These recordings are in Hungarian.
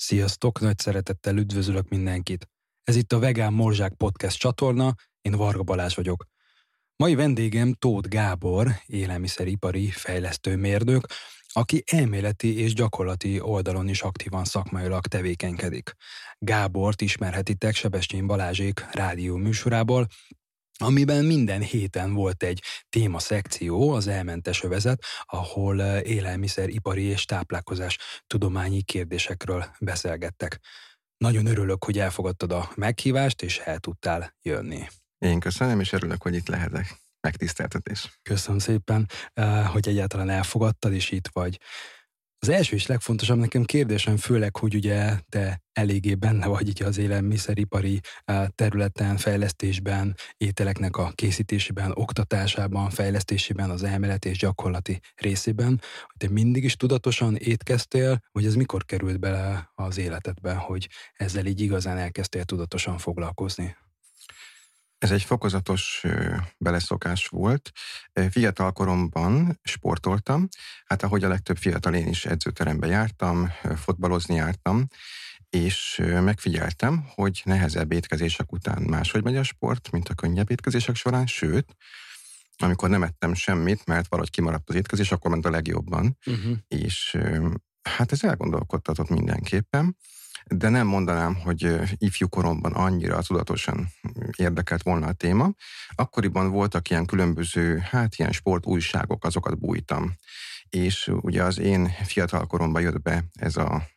Sziasztok, nagy szeretettel üdvözlök mindenkit. Ez itt a Vegán Morzsák Podcast csatorna, én Varga Balázs vagyok. Mai vendégem Tóth Gábor, élelmiszeripari fejlesztőmérnök, aki elméleti és gyakorlati oldalon is aktívan szakmailag tevékenykedik. Gábort ismerhetitek Sebestyén Balázsék rádió műsorából, amiben minden héten volt egy témaszekció, az Elmentes övezet, ahol élelmiszeripari és táplálkozás tudományi kérdésekről beszélgettek. Nagyon örülök, hogy elfogadtad a meghívást, és el tudtál jönni. Én köszönöm, és örülök, hogy itt lehetek. Megtiszteltetés. Köszönöm szépen, hogy egyáltalán elfogadtad, és itt vagy. Az első és legfontosabb nekem kérdésem, főleg, hogy ugye te eléggé benne vagy így az élelmiszeripari területen, fejlesztésben, ételeknek a készítésében, oktatásában, fejlesztésében, az elméleti és gyakorlati részében, hogy te mindig is tudatosan étkeztél, vagy ez mikor került bele az életedbe, hogy ezzel így igazán elkezdtél tudatosan foglalkozni? Ez egy fokozatos beleszokás volt. Fiatal koromban sportoltam, hát ahogy a legtöbb fiatal, én is edzőterembe jártam, fotbalozni jártam, és megfigyeltem, hogy nehezebb étkezések után máshogy megy a sport, mint a könnyebb étkezések során, sőt, amikor nem ettem semmit, mert valahogy kimaradt az étkezés, akkor ment a legjobban, és hát ez elgondolkodtatott mindenképpen. De nem mondanám, hogy ifjú koromban annyira tudatosan érdekelt volna a téma. Akkoriban voltak ilyen különböző, ilyen sportújságok, azokat bújtam. És ugye az én fiatal koromban jött be ez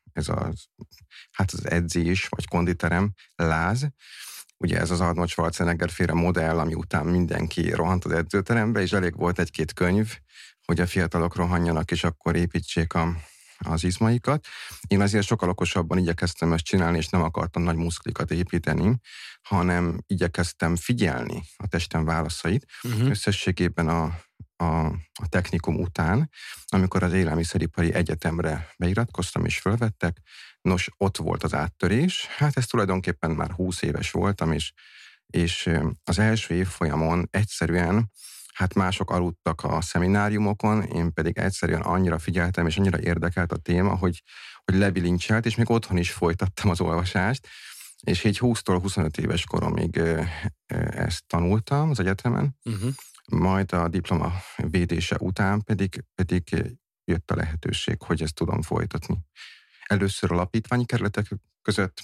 az edzés, vagy konditerem láz. Ugye ez az Arnold Schwarzenegger féle modell, ami után mindenki rohant az edzőterembe, és elég volt egy-két könyv, hogy a fiatalok rohanjanak, és akkor építsék az izmaikat. Én azért sokkal okosabban igyekeztem ezt csinálni, és nem akartam nagy muszklikat építeni, hanem igyekeztem figyelni a testem válaszait. Összességében a technikum után, amikor az élelmiszeripari egyetemre beiratkoztam és fölvettek, nos, ott volt az áttörés. Hát ez tulajdonképpen már 20 éves voltam, és az első évfolyamon egyszerűen mások aludtak a szemináriumokon, én pedig egyszerűen annyira figyeltem, és annyira érdekelt a téma, hogy lebilincselt, és még otthon is folytattam az olvasást, és így 20-tól 25 éves koromig ezt tanultam az egyetemen, majd a diploma védése után pedig jött a lehetőség, hogy ezt tudom folytatni. Először alapítványi kerületek között,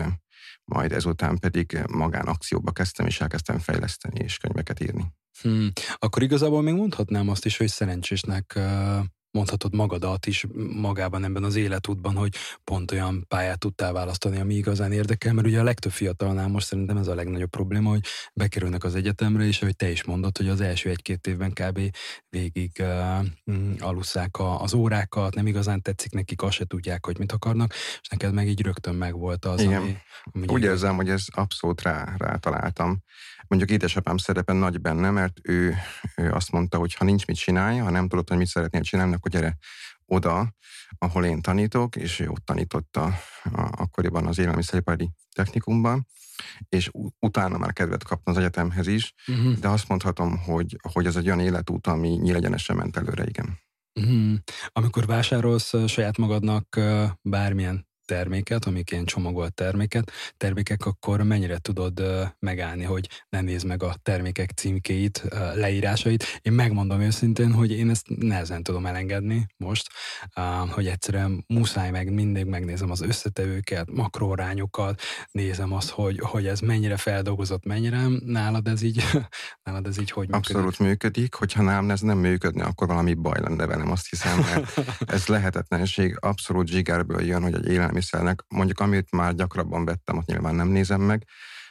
majd ezután pedig magánakcióba kezdtem, és elkezdtem fejleszteni és könyveket írni. Akkor igazából még mondhatnám azt is, hogy szerencsésnek mondhatod magadat is magában ebben az életútban, hogy pont olyan pályát tudtál választani, ami igazán érdekel, mert ugye a legtöbb fiatalnál most szerintem ez a legnagyobb probléma, hogy bekerülnek az egyetemre, és ahogy te is mondod, hogy az első 1-2 évben kb. Végig alusszák az órákat, nem igazán tetszik nekik, azt se tudják, hogy mit akarnak, és neked meg így rögtön megvolt az, igen. Úgy érzem, hogy ez abszolút rátaláltam. Mondjuk édesapám szerepe nagy benne, mert ő azt mondta, hogy ha nincs mit csinálni, ha nem tudod, hogy mit szeretnél csinálni, akkor gyere oda, ahol én tanítok, és ő ott tanította akkoriban az élelmiszeripari technikumban, és utána már kedvet kaptam az egyetemhez is, de azt mondhatom, hogy ez egy olyan életút, ami nyílegyenesen ment előre, igen. Amikor vásárolsz saját magadnak bármilyen terméket, amik ilyen csomagolt termékek, akkor mennyire tudod megállni, hogy ne nézd meg a termékek címkéit, leírásait. Én megmondom őszintén, hogy én ezt nehezen tudom elengedni most, hogy egyszerűen muszáj mindig megnézem az összetevőket, makróarányokat, nézem azt, hogy ez mennyire feldolgozott, mennyire. Nálad ez így hogy működik? Abszolút működik, hogyha nálam ez nem működne, akkor valami baj lenne velem, azt hiszem, mert ez lehetetlenség, abszolút zsigerből jön, hogy egy élelmiszernek, mondjuk amit már gyakrabban vettem, ott nyilván nem nézem meg,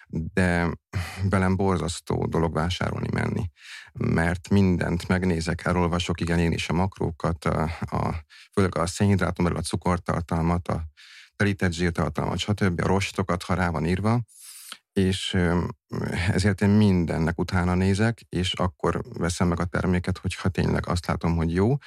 de velem borzasztó dolog vásárolni menni, mert mindent megnézek, elolvasok, igen, én is a makrókat, főleg a szénhidrátumról, a cukortartalmat, a telített zsírtartalmat, stb. A rostokat, ha rá van írva, és ezért én mindennek utána nézek, és akkor veszem meg a terméket, hogyha tényleg azt látom, hogy jó.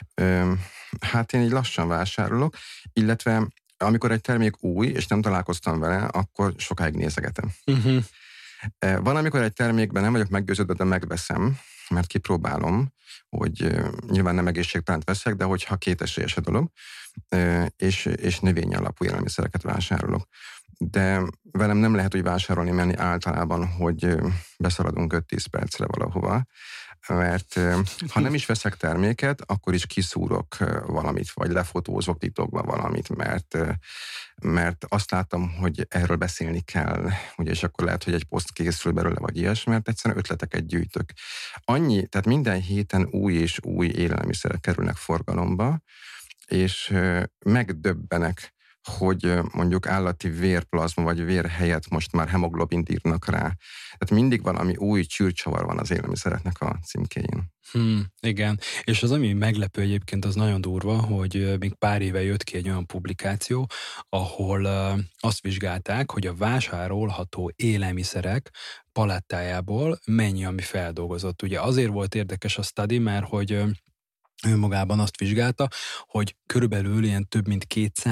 Hát én így lassan vásárolok, illetve amikor egy termék új, és nem találkoztam vele, akkor sokáig nézegetem. Van, amikor egy termékben nem vagyok meggyőződve, de megveszem, mert kipróbálom, hogy nyilván nem egészségtelent veszek, de hogyha kétesélyes a dolog, és növény alapú élelmiszereket vásárolok. De velem nem lehet úgy vásárolni menni általában, hogy beszaladunk 5-10 percre valahova, mert ha nem is veszek terméket, akkor is kiszúrok valamit, vagy lefotózok titokban valamit, mert azt láttam, hogy erről beszélni kell, ugye, és akkor lehet, hogy egy poszt készül belőle, vagy ilyesmi, mert egyszerűen ötleteket gyűjtök. Tehát minden héten új és új élelmiszerek kerülnek forgalomba, és megdöbbenek, hogy mondjuk állati vérplazma vagy vér helyett most már hemoglobint írnak rá. Tehát mindig valami új csűrcsavar van az élelmiszereknek a címkéjén. Igen, és az, ami meglepő egyébként, az nagyon durva, hogy még pár éve jött ki egy olyan publikáció, ahol azt vizsgálták, hogy a vásárolható élelmiszerek palettájából mennyi, ami feldolgozott. Ugye azért volt érdekes a study, mert hogy önmagában azt vizsgálta, hogy körülbelül ilyen több mint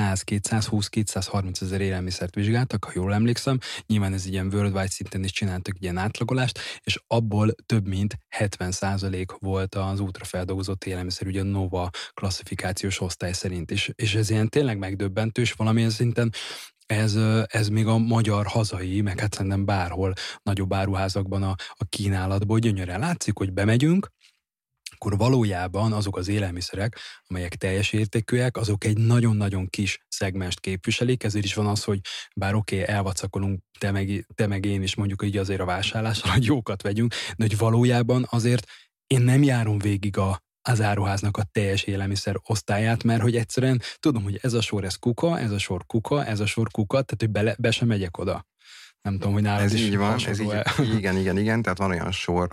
220-230 ezer élelmiszert vizsgáltak, ha jól emlékszem. Nyilván ez ilyen worldwide szinten is csináltak ilyen átlagolást, és abból több mint 70% volt az ultrafeldolgozott élelmiszer, ugye a NOVA klasszifikációs osztály szerint is. És ez ilyen tényleg megdöbbentő, és valamilyen szinten ez még a magyar hazai, meg hát szerintem bárhol nagyobb áruházakban a kínálatból gyönyörűen látszik, hogy bemegyünk, akkor valójában azok az élelmiszerek, amelyek teljes értékűek, azok egy nagyon-nagyon kis szegmest képviselik, ezért is van az, hogy bár elvacakolunk te meg én is mondjuk így azért a vásárlással, hogy jókat vegyünk, de hogy valójában azért én nem járom végig az áruháznak a teljes élelmiszer osztályát, mert hogy egyszerűen tudom, hogy ez a sor ez kuka, ez a sor kuka, ez a sor kuka, tehát hogy be sem megyek oda. Nem tudom, hogy nálad ez is így van, igen, tehát van olyan sor,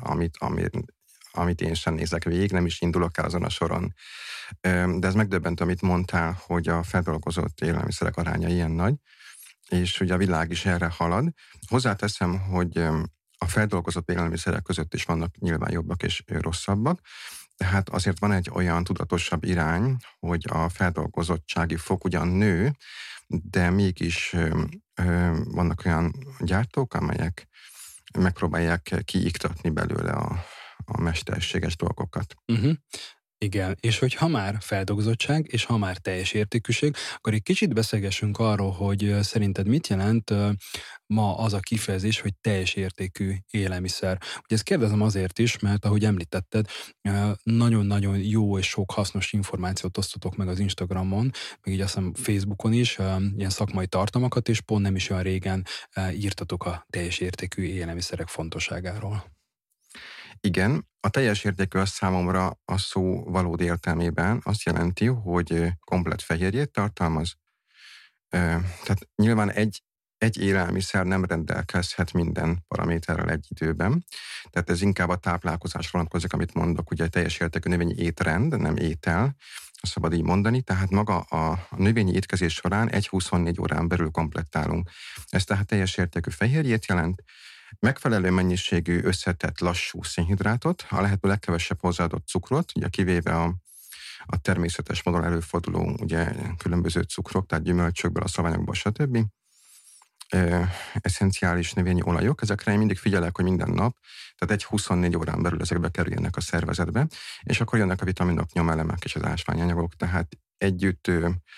amit én sem nézek végig, nem is indulok el azon a soron. De ez megdöbbentő, amit mondtál, hogy a feldolgozott élelmiszerek aránya ilyen nagy, és ugye a világ is erre halad. Hozzáteszem, hogy a feldolgozott élelmiszerek között is vannak nyilván jobbak és rosszabbak, tehát azért van egy olyan tudatosabb irány, hogy a feldolgozottsági fok ugyan nő, de mégis vannak olyan gyártók, amelyek megpróbálják kiiktatni belőle a mesterséges dolgokat. Igen, és hogy ha már feldolgozottság, és ha már teljes értékűség, akkor egy kicsit beszélgessünk arról, hogy szerinted mit jelent ma az a kifejezés, hogy teljes értékű élelmiszer. Ugye ezt kérdezem azért is, mert ahogy említetted, nagyon-nagyon jó és sok hasznos információt osztotok meg az Instagramon, meg így azt hiszem Facebookon is, ilyen szakmai tartalmakat, és pont nem is olyan régen írtatok a teljes értékű élelmiszerek fontosságáról. Igen, a teljes értékű az számomra a szó valódi értelmében azt jelenti, hogy komplett fehérjét tartalmaz. Tehát nyilván egy élelmiszer nem rendelkezhet minden paraméterrel egy időben. Tehát ez inkább a táplálkozás vonatkozik, amit mondok, ugye teljes értékű növényi étrend, nem étel, azt szabad így mondani, tehát maga a növényi étkezés során 1-24 órán belül komplettálunk. Ez tehát teljes értékű fehérjét jelent, megfelelő mennyiségű összetett lassú szénhidrátot, a lehető legkevesebb hozzáadott cukrot, ugye kivéve a természetes módon előforduló ugye, különböző cukrok, tehát gyümölcsökből, a szalványokból, stb. Eszenciális növényi olajok, ezekre én mindig figyelek, hogy minden nap, tehát 1-24 órán belül ezekbe kerüljenek a szervezetbe, és akkor jönnek a vitaminok, nyomelemek és az ásványanyagok, tehát együtt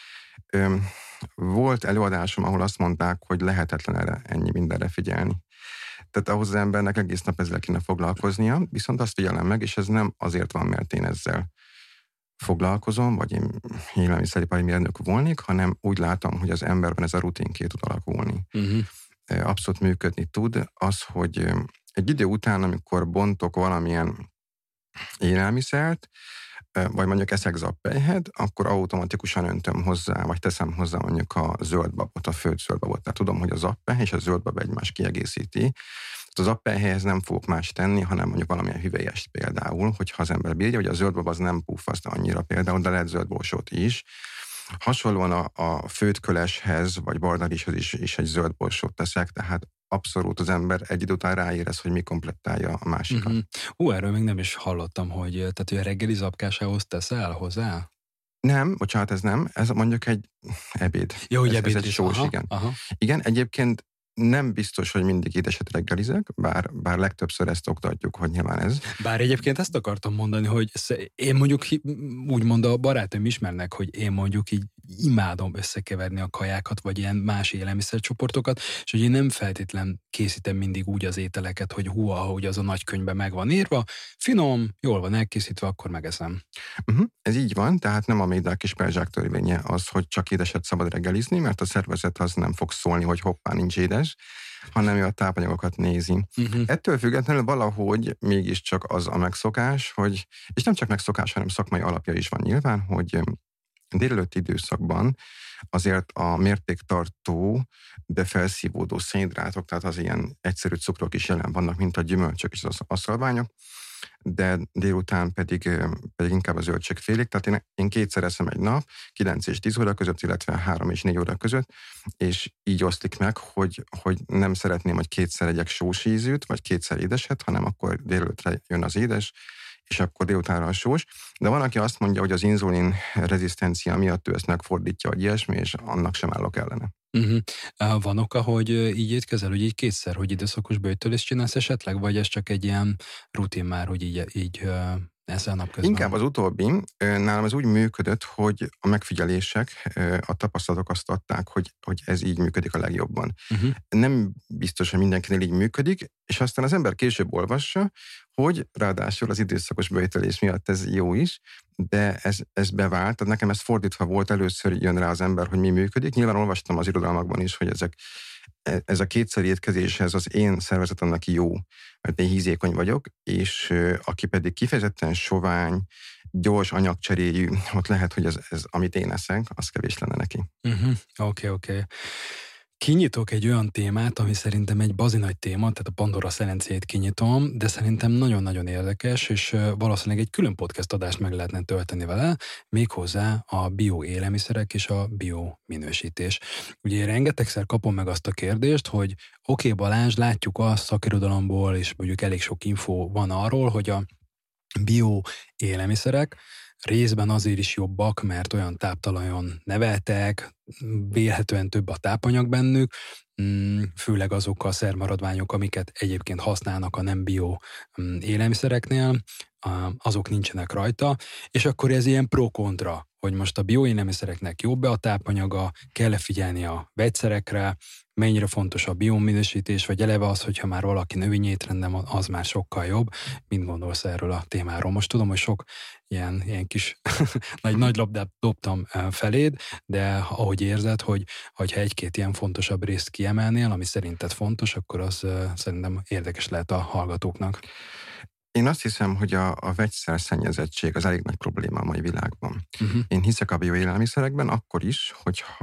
volt előadásom, ahol azt mondták, hogy lehetetlen erre ennyi mindenre figyelni. Tehát ahhoz az embernek egész nap ezzel kéne foglalkoznia, viszont azt figyelem meg, és ez nem azért van, mert én ezzel foglalkozom, vagy én élelmiszeripari mérnök volnék, hanem úgy látom, hogy az emberben ez a rutin ki tud alakulni. Abszolút működni tud. Az, hogy egy idő után, amikor bontok valamilyen élelmiszert, vagy mondjuk eszek zappelyhet, akkor automatikusan öntöm hozzá, vagy teszem hozzá mondjuk a zöldbabot, a főtt zöldbabot. Tehát tudom, hogy a zappely és a zöldbab egymást kiegészíti. Az zappelyhez nem fogok más tenni, hanem mondjuk valamilyen hüvelyest például, hogyha az ember bírja, hogy a zöldbab az nem puffaszt annyira például, de lehet zöldborsót is. Hasonlóan a főtköleshez, vagy barnarizshoz is egy zöldborsót teszek, tehát abszolút az ember egy idő után ráérez, hogy mi komplettálja a másikat. Erről még nem is hallottam, hogy a reggeli zapkásához teszel hozzá? Nem, bocsánat, ez nem. Ez mondjuk egy ebéd. Jó, hogy ez egy sós, igen. Igen, egyébként Nem biztos, hogy mindig édeset reggelizek, bár legtöbbször ezt oktatjuk, hogy nyilván ez. Bár egyébként ezt akartam mondani, hogy én mondjuk úgymond a barátaim ismernek, hogy én mondjuk így imádom összekeverni a kajákat, vagy ilyen más élelmiszercsoportokat, és hogy én nem feltétlen készítem mindig úgy az ételeket, hogy ahogy az a nagykönyvben meg van írva, finom, jól van elkészítve, akkor megeszem. Ez így van, tehát nem a Maillard kis perzsák törvénye az, hogy csak édeset szabad reggelizni, mert a szervezet az nem fog szólni, hogy hoppá, nincs édes, hanem ő a tápanyagokat nézi. Ettől függetlenül valahogy mégiscsak az a megszokás, hogy, és nem csak megszokás, hanem szakmai alapja is van nyilván, hogy délelőtti időszakban azért a mértéktartó, de felszívódó szénhidrátok, tehát az ilyen egyszerű cukrok is jelen vannak, mint a gyümölcsök és az asztalványok, de délután pedig inkább a zöldségfélék, tehát én kétszer eszem egy nap, 9 és 10 óra között, illetve 3 és 4 óra között, és így oszlik meg, hogy nem szeretném, hogy kétszer egyek sós ízűt, vagy kétszer édeset, hanem akkor délelőtre jön az édes, és akkor délutánra a sós. De van, aki azt mondja, hogy az inzulin rezisztencia miatt ő ezt megfordítja, vagy ilyesmi, és annak sem állok ellene. Van oka, hogy így étkezel, hogy így kétszer, hogy időszakos böjtölést csinálsz esetleg, vagy ez csak egy ilyen rutin már, hogy így eszel napközben? Inkább az utóbbi. Nálam ez úgy működött, hogy a megfigyelések, a tapasztalatok azt adták, hogy ez így működik a legjobban. Nem biztos, hogy mindenkinél így működik, és aztán az ember később olvassa, hogy ráadásul az időszakos böjtölés miatt ez jó is, de ez bevált, tehát nekem ez fordítva volt, először jön rá az ember, hogy mi működik. Nyilván olvastam az irodalmakban is, hogy ez a kétszeri étkezés, ez az én szervezetemnek jó, mert én hízékony vagyok, és aki pedig kifejezetten sovány, gyors anyagcseréjű, ott lehet, hogy ez amit én eszek, az kevés lenne neki. Oké. Kinyitok egy olyan témát, ami szerintem egy bazinagy téma, tehát a Pandora szelencéjét kinyitom, de szerintem nagyon-nagyon érdekes, és valószínűleg egy külön podcast adást meg lehetne tölteni vele, méghozzá a bioélelmiszerek és a biominősítés. Ugye rengetegszer kapom meg azt a kérdést, hogy oké, Balázs, látjuk a szakirodalomból, és mondjuk elég sok infó van arról, hogy a bioélelmiszerek részben azért is jobbak, mert olyan táptalajon neveltek, vélhetően több a tápanyag bennük, főleg azok a szermaradványok, amiket egyébként használnak a nem bio élelmiszereknél, azok nincsenek rajta, és akkor ez ilyen pro-kontra, hogy most a bioélelmiszereknek jobb a tápanyaga, kell figyelni a vegyszerekre, mennyire fontos a biominősítés, vagy eleve az, hogyha már valaki növényi étrendben van, az már sokkal jobb. Mit gondolsz erről a témáról? Most tudom, hogy sok ilyen kis nagy labdát dobtam feléd, de ahogy érzed, hogy ha egy-két ilyen fontosabb részt kiemelnél, ami szerinted fontos, akkor az szerintem érdekes lehet a hallgatóknak. Én azt hiszem, hogy a vegyszerszennyezettség az elég nagy probléma a mai világban. Én hiszek a bioélelmiszerekben akkor is,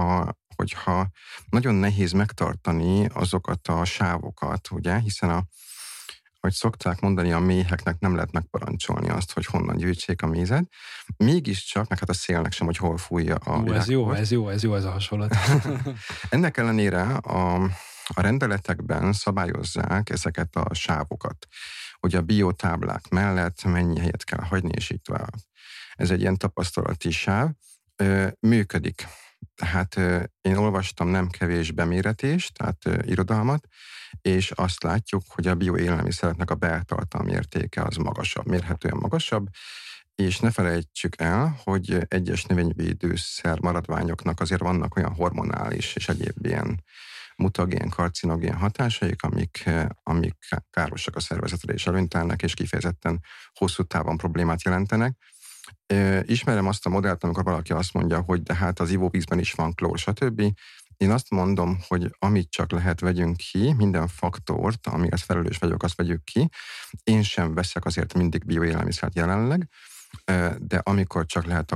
hogyha nagyon nehéz megtartani azokat a sávokat, ugye, hiszen hogy szokták mondani, a méheknek nem lehet megparancsolni azt, hogy honnan gyűjtsék a mézet. Mégiscsak, meg hát a szélnek sem, hogy hol fújja a virágport. Ez jó ez a hasonlat. Ennek ellenére a rendeletekben szabályozzák ezeket a sávokat, hogy a biotáblák mellett mennyi helyet kell hagyni, és így tovább. Ez egy ilyen tapasztalati sáv. Működik. Tehát én olvastam nem kevés beméretést, tehát irodalmat, és azt látjuk, hogy a bioélelmiszereknek a beltartalmi értéke az magasabb, mérhetően magasabb, és ne felejtsük el, hogy egyes növényvédőszer maradványoknak azért vannak olyan hormonális és egyéb ilyen mutagén, karcinogén hatásaik, amik károsak a szervezetre és előnytelnek, és kifejezetten hosszú távon problémát jelentenek. Ismerem azt a modellt, amikor valaki azt mondja, hogy de hát az ivóvízben is van klór, stb. Én azt mondom, hogy amit csak lehet, vegyünk ki, minden faktort, amiért felelős vagyok, azt vegyük ki. Én sem veszek azért mindig bioélelmiszert jelenleg, de amikor csak lehet,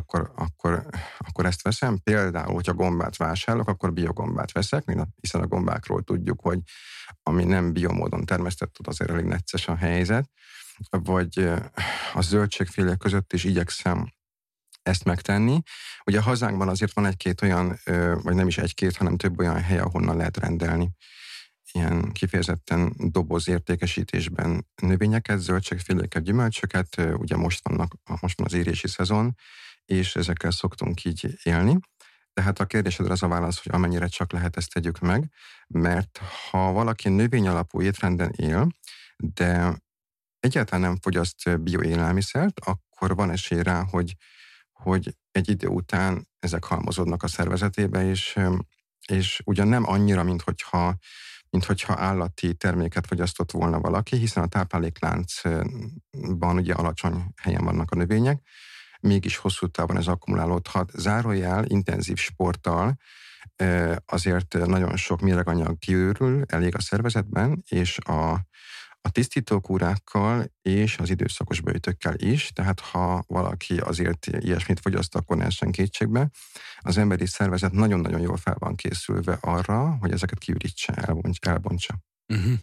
akkor ezt veszem. Például, hogyha gombát vásárolok, akkor biogombát veszek, hiszen a gombákról tudjuk, hogy ami nem biomódon termesztett, azért elég necces a helyzet, vagy a zöldségfélék között is igyekszem ezt megtenni. Ugye a hazánkban azért van egy-két olyan, vagy nem is egy-két, hanem több olyan hely, ahonnan lehet rendelni ilyen kifejezetten dobozértékesítésben növényeket, zöldségféléket, gyümölcsöket. Ugye most van az érési szezon, és ezekkel szoktunk így élni. Tehát a kérdésedre az a válasz, hogy amennyire csak lehet, ezt tegyük meg, mert ha valaki növényalapú étrenden él, de egyáltalán nem fogyaszt bioélelmiszert, akkor van esély rá, hogy egy idő után ezek halmozódnak a szervezetébe, és ugyan nem annyira, mint hogyha állati terméket fogyasztott volna valaki, hiszen a táplálékláncban ugye alacsony helyen vannak a növények, mégis hosszú távon ez akkumulálódhat. Zárójel, intenzív sporttal azért nagyon sok méreganyag kiürül, elég a szervezetben, és a tisztítókúrákkal és az időszakos böjtökkel is, tehát ha valaki azért ilyesmit fogyaszt, akkor ne essen kétségbe. Az emberi szervezet nagyon-nagyon jól fel van készülve arra, hogy ezeket kiürítse, elbontsa. Uh-huh.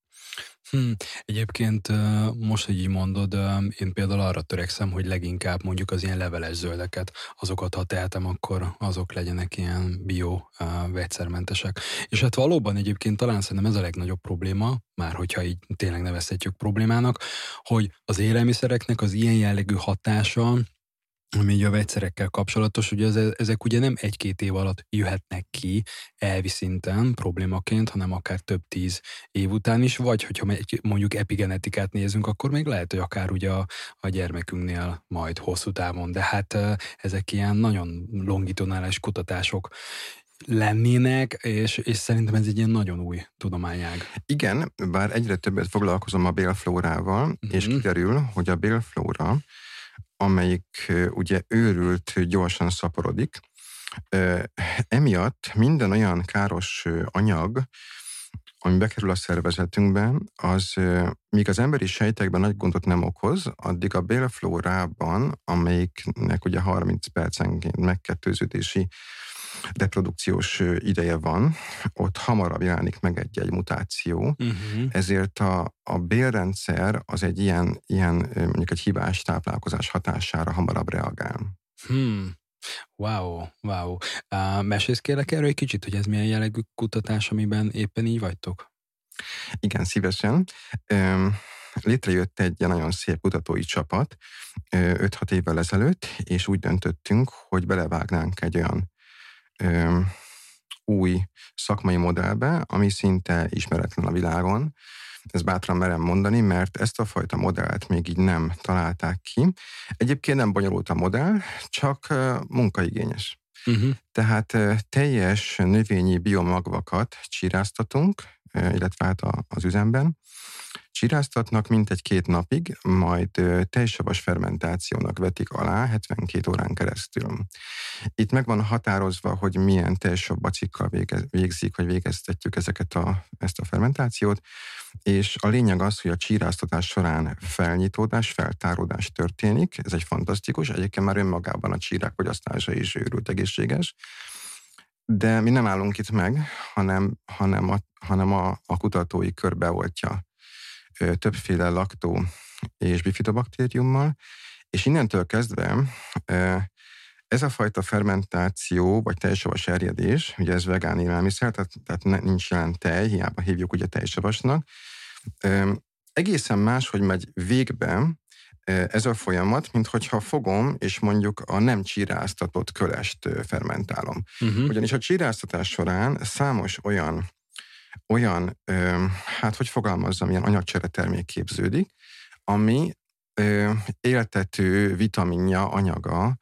Egyébként most, hogy így mondod, én például arra törekszem, hogy leginkább mondjuk az ilyen leveles zöldeket, azokat ha tehetem, akkor azok legyenek ilyen bio vegyszermentesek. És hát valóban egyébként talán szerintem ez a legnagyobb probléma, már hogyha így tényleg nevezhetjük problémának, hogy az élelmiszereknek az ilyen jellegű hatása, ami a vegyszerekkel kapcsolatos, ugye ezek ugye nem 1-2 év alatt jöhetnek ki elvi szinten problémaként, hanem akár több 10 év után is, vagy hogyha mondjuk epigenetikát nézünk, akkor még lehet, hogy akár ugye a gyermekünknél majd hosszú távon, de hát ezek ilyen nagyon longitudális kutatások lennének, és szerintem ez egy ilyen nagyon új tudományág. Igen, bár egyre többet foglalkozom a bélflórával, és kiderül, hogy a bélflóra, amelyik ugye őrült, gyorsan szaporodik. Emiatt minden olyan káros anyag, ami bekerül a szervezetünkbe, az míg az emberi sejtekben nagy gondot nem okoz, addig a bélflórában, amelyiknek ugye 30 percenként megkettőződési reprodukciós ideje van, ott hamarabb jelenik meg egy mutáció, ezért a bélrendszer az egy ilyen mondjuk egy hibás táplálkozás hatására hamarabb reagál. Wow. Mesélsz kérlek erről egy kicsit, hogy ez milyen jellegű kutatás, amiben éppen így vagytok? Igen, szívesen. Létrejött egy nagyon szép kutatói csapat 5-6 évvel ezelőtt, és úgy döntöttünk, hogy belevágnánk egy olyan új szakmai modellbe, ami szinte ismeretlen a világon. Ezt bátran merem mondani, mert ezt a fajta modellt még így nem találták ki. Egyébként nem bonyolult a modell, csak munkaigényes. Tehát teljes növényi biomagvakat csíráztatunk, illetve hát az üzemben. Csíráztatnak mintegy 2 napig, majd tejsavas fermentációnak vetik alá 72 órán keresztül. Itt meg van határozva, hogy milyen tejsav bacikkal végzik, vagy végeztetjük ezt a fermentációt, és a lényeg az, hogy a csíráztatás során felnyitódás, feltáródás történik, ez egy fantasztikus, egyébként már önmagában a csírák fogyasztása is őrült egészséges, de mi nem állunk itt meg, hanem a kutatói kör beoltja többféle laktó és bifidobaktériummal, és innentől kezdve ez a fajta fermentáció, vagy tejsavas erjedés, ugye ez vegán élelmiszer, tehát nincs jelen tej, hiába hívjuk ugye tejsavasnak, egészen más, hogy megy végbe ez a folyamat, mint hogyha fogom, és mondjuk a nem csíráztatott kölest fermentálom. Ugyanis a csíráztatás során számos olyan, hát hogy fogalmazzam, ilyen anyagcsere termék képződik, ami éltető vitaminja, anyaga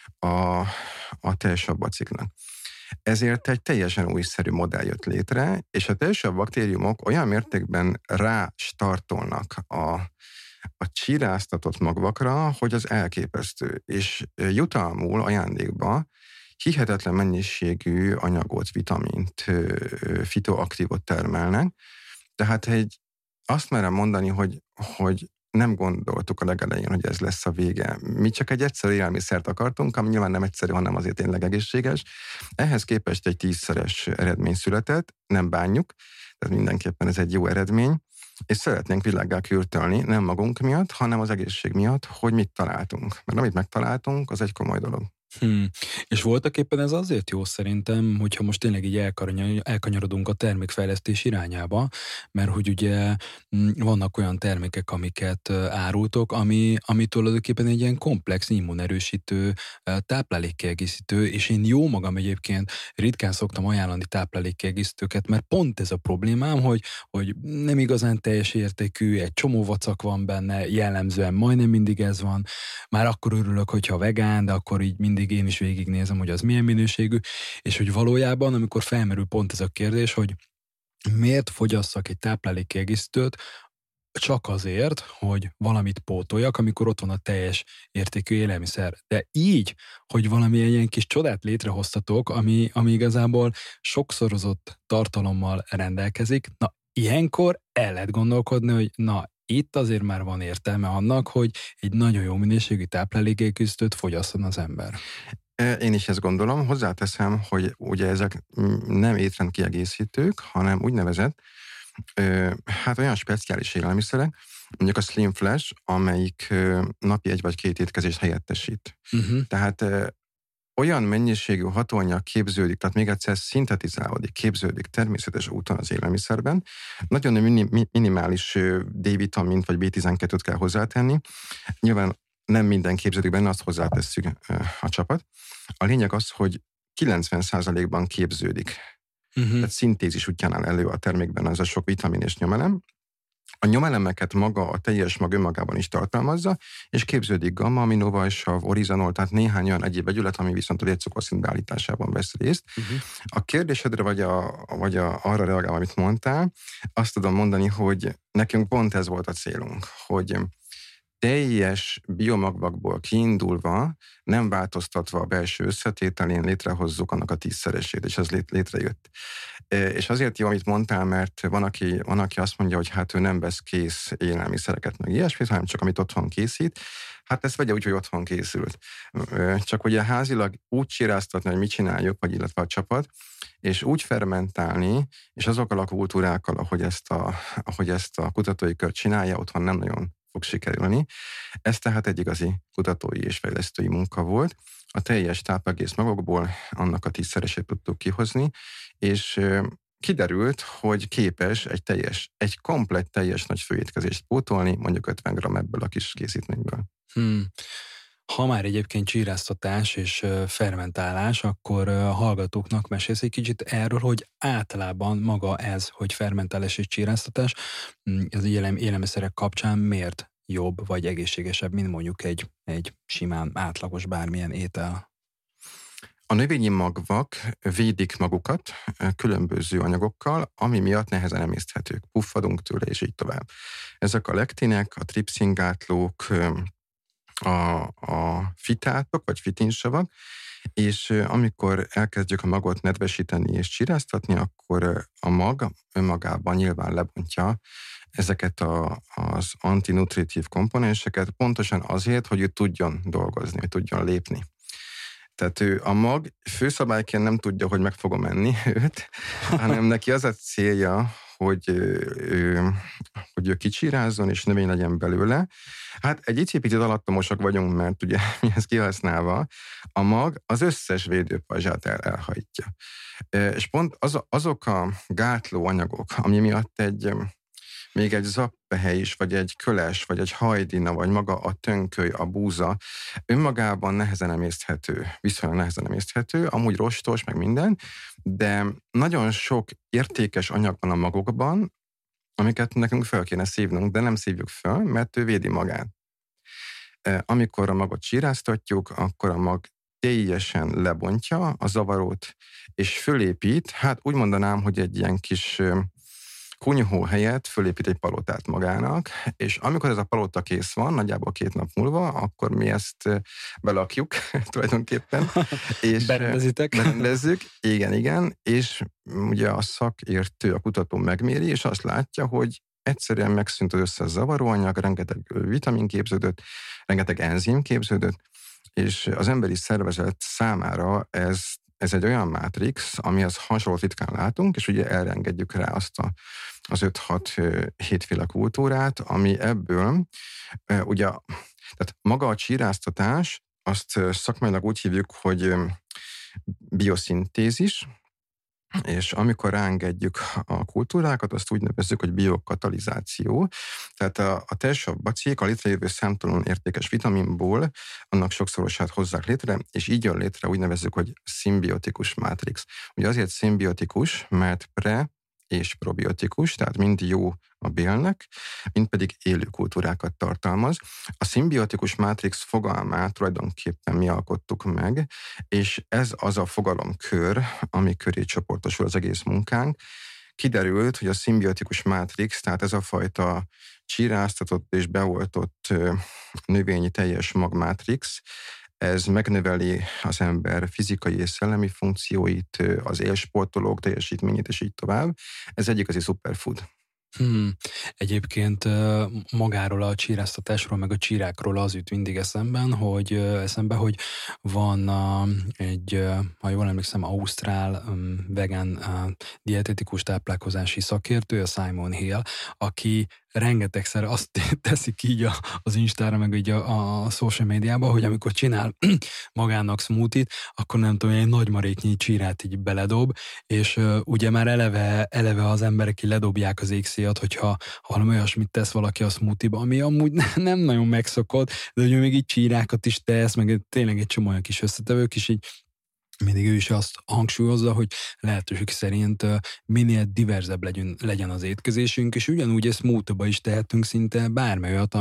a tejsav baciknak. Ezért egy teljesen újszerű modell jött létre, és a tejsav baktériumok olyan mértékben rástartolnak a csíráztatott magvakra, hogy az elképesztő, és jutalmul ajándékba hihetetlen mennyiségű anyagot, vitamint, fitoaktívot termelnek. Tehát azt merem mondani, hogy nem gondoltuk a legelején, hogy ez lesz a vége. Mi csak egy egyszerű élelmiszert akartunk, ami nyilván nem egyszerű, hanem azért tényleg egészséges. Ehhez képest egy 10-szeres eredmény született, nem bánjuk, tehát mindenképpen ez egy jó eredmény, és szeretnénk világgá kürtölni, nem magunk miatt, hanem az egészség miatt, hogy mit találtunk. Mert amit megtaláltunk, az egy komoly dolog. És voltak éppen ez azért jó szerintem, hogyha most tényleg így elkanyarodunk a termékfejlesztés irányába, mert hogy ugye vannak olyan termékek, amiket árultok, ami tulajdonképpen egy ilyen komplex immunerősítő, táplálékkiegészítő, és én jó magam egyébként ritkán szoktam ajánlani táplálékkiegészítőket, mert pont ez a problémám, hogy nem igazán teljes értékű, egy csomó vacak van benne, jellemzően majdnem mindig ez van. Már akkor örülök, hogyha vegán, de akkor így mindig én is végignézem, hogy az milyen minőségű, és hogy valójában, amikor felmerül pont ez a kérdés, hogy miért fogyasszak egy táplálékkiegészítőt, csak azért, hogy valamit pótoljak, amikor ott van a teljes értékű élelmiszer. De így, hogy valamilyen ilyen kis csodát létrehoztatok, ami igazából sokszorozott tartalommal rendelkezik, na ilyenkor el lehet gondolkodni, hogy na, itt azért már van értelme annak, hogy egy nagyon jó minőségű táplálékkiegészítőt fogyasszon az ember. Én is ezt gondolom. Hozzáteszem, hogy ugye ezek nem étrendkiegészítők, hanem úgynevezett hát olyan speciális élelmiszerek, mondjuk a Slim Flash, amelyik napi 1 vagy 2 étkezést helyettesít. Tehát olyan mennyiségű hatóanyag képződik, tehát még egyszer szintetizálódik, képződik természetes úton az élelmiszerben. Nagyon minimális D-vitamint vagy B12-t kell hozzátenni. Nyilván nem minden képződik benne, azt hozzátesszük a csapat. A lényeg az, hogy 90%-ban képződik. Tehát szintézis útján áll elő a termékben az a sok vitamin és nyomelem. A nyomelemeket maga a teljes mag önmagában is tartalmazza, és képződik gamma-aminovajsav, orizanol, tehát néhány olyan egyéb vegyület, ami viszont a vércukorszint beállításában vesz részt. A kérdésedre vagy arra reagálva, amit mondtál, azt tudom mondani, hogy nekünk pont ez volt a célunk, hogy teljes biomagvakból kiindulva, nem változtatva a belső összetételén létrehozzuk annak a 10-szeresét, és ez létrejött. És azért jó, amit mondtál, mert van, aki azt mondja, hogy hát ő nem vesz kész élelmiszereket, meg ilyesmit, hanem csak amit otthon készít. Hát ezt vegye úgy, hogy otthon készült. Csak ugye házilag úgy csiráztatni, hogy mit csináljuk, vagy illetve a csapat, és úgy fermentálni, és azokkal a kultúrákkal, ahogy ezt a kutatói kör csinálja, otthon nem nagyon fog sikerülni. Ez tehát egy igazi kutatói és fejlesztői munka volt. A teljes tápegész magokból annak a 10-szeresét tudtuk kihozni, és kiderült, hogy képes egy komplett teljes nagy főétkezést pótolni, mondjuk 50 g ebből a kis készítményből. Ha már egyébként csíráztatás és fermentálás, akkor a hallgatóknak mesélsz egy kicsit erről, hogy általában maga ez, hogy fermentálás és csíráztatás, az élelmiszerek kapcsán miért jobb vagy egészségesebb, mint mondjuk egy simán átlagos bármilyen étel? A növényi magvak védik magukat különböző anyagokkal, ami miatt nehezen emészthetők. Puffadunk tőle, és így tovább. Ezek a lektinek, a tripszingátlók, a fitátok, vagy fitinsavak, és amikor elkezdjük a magot nedvesíteni és csiráztatni, akkor a mag önmagában nyilván lebontja ezeket az antinutritív komponenseket, pontosan azért, hogy ő tudjon dolgozni, hogy tudjon lépni. Tehát a mag főszabályként nem tudja, hogy meg fogom enni őt, hanem neki az a célja, hogy ő kicsírázzon és növény legyen belőle. Hát egy icipicit alattomosak vagyunk, mert ugye mi ezt kihasználva, a mag az összes védőpajzsát elhajtja. És pont azok a gátló anyagok, ami miatt még egy zappehely is, vagy egy köles, vagy egy hajdina, vagy maga a tönköly, a búza, önmagában nehezen emészthető, viszonylag nehezen emészthető, amúgy rostos, meg minden, de nagyon sok értékes anyag van a magokban, amiket nekünk fel kéne szívnunk, de nem szívjuk föl, mert ő védi magát. Amikor a magot csíráztatjuk, akkor a mag teljesen lebontja a zavarót, és fölépít, hát úgy mondanám, hogy egy ilyen kis kunyhó helyett fölépít egy palotát magának, és amikor ez a palota kész van, nagyjából 2 nap múlva, akkor mi ezt belakjuk tulajdonképpen. És berendezzük, igen, és ugye a szakértő, a kutató megméri, és azt látja, hogy egyszerűen megszűnt az összes zavaróanyag, rengeteg vitamin képződött, rengeteg enzim képződött, és az emberi szervezet számára ez egy olyan mátrix, amihez hasonlót ritkán látunk, és ugye elengedjük rá azt az 5-6 féle kultúrát, ami ebből, ugye, tehát maga a csíráztatás azt szakmailag úgy hívjuk, hogy bioszintézis, és amikor ráengedjük a kultúrákat, azt úgy nevezzük, hogy biokatalizáció. Tehát a teljesabb bacillik a létrejövő számtalan értékes vitaminból annak sokszorosát hozzák létre, és így jön létre, úgy nevezzük, hogy szimbiotikus mátrix. Ugye azért szimbiotikus, mert és probiotikus, tehát mind jó a bélnek, mind pedig élő kultúrákat tartalmaz. A szimbiotikus mátrix fogalmát tulajdonképpen mi alkottuk meg, és ez az a fogalomkör, ami köré csoportosul az egész munkánk. Kiderült, hogy a szimbiotikus mátrix, tehát ez a fajta csíráztatott és beoltott növényi teljes magmátrix, ez megnöveli az ember fizikai és szellemi funkcióit, az élsportolók teljesítményét, és így tovább. Ez egy igazi superfood. Egyébként magáról a csíráztatásról, meg a csírákról az jut mindig eszembe, hogy van egy, ha jól emlékszem, ausztrál vegán dietetikus táplálkozási szakértő, a Simon Hill, aki rengetegszer azt teszik így az Instára, meg így a social médiában, hogy amikor csinál magának smoothie-t, akkor nem tudom, egy nagy maréknyi csírát így beledob, és ugye már eleve az emberek így ledobják az égszíjat, hogyha valami olyasmit tesz valaki a smoothie-ba, ami amúgy nem nagyon megszokott, de hogy még így csírákat is tesz, meg tényleg egy csomó olyan kis összetevők is így mindig ő is azt hangsúlyozza, hogy lehetőség szerint minél diverzebb legyen az étkezésünk, és ugyanúgy ezt smoothie-ba is tehetünk szinte bármely olyat,